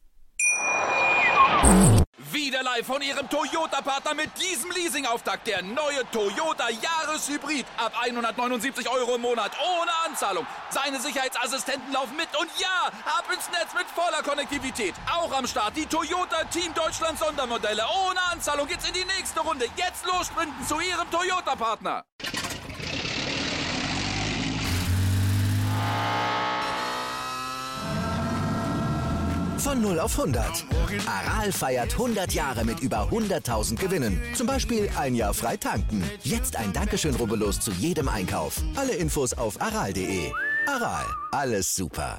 Wieder live von Ihrem Toyota-Partner mit diesem Leasing-Auftakt. Der neue Toyota Jahreshybrid. Ab hundertneunundsiebzig Euro im Monat. Ohne Anzahlung. Seine Sicherheitsassistenten laufen mit. Und ja, ab ins Netz mit voller Konnektivität. Auch am Start die Toyota Team Deutschland Sondermodelle. Ohne Anzahlung geht's in die nächste Runde. Jetzt los sprinten zu Ihrem Toyota-Partner. Von null auf hundert. Aral feiert hundert Jahre mit über hunderttausend Gewinnen. Zum Beispiel ein Jahr frei tanken. Jetzt ein Dankeschön, rubbellos zu jedem Einkauf. Alle Infos auf aral punkt de. Aral, alles super.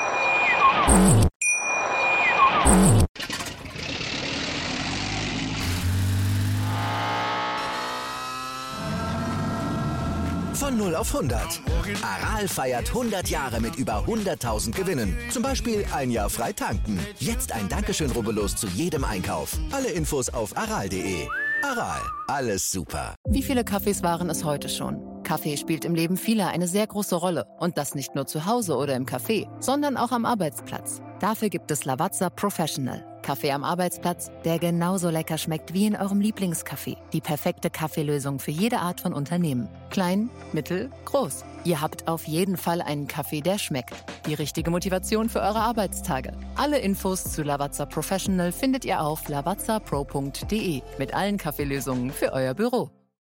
Von null auf hundert. Aral feiert hundert Jahre mit über hunderttausend Gewinnen. Zum Beispiel ein Jahr frei tanken. Jetzt ein Dankeschön, rubbellos zu jedem Einkauf. Alle Infos auf aral punkt de. Aral, alles super. Wie viele Kaffees waren es heute schon? Kaffee spielt im Leben vieler eine sehr große Rolle. Und das nicht nur zu Hause oder im Café, sondern auch am Arbeitsplatz. Dafür gibt es Lavazza Professional. Kaffee am Arbeitsplatz, der genauso lecker schmeckt wie in eurem Lieblingscafé. Die perfekte Kaffeelösung für jede Art von Unternehmen. Klein, mittel, groß. Ihr habt auf jeden Fall einen Kaffee, der schmeckt. Die richtige Motivation für eure Arbeitstage. Alle Infos zu Lavazza Professional findet ihr auf lavazza pro punkt de mit allen Kaffeelösungen für euer Büro.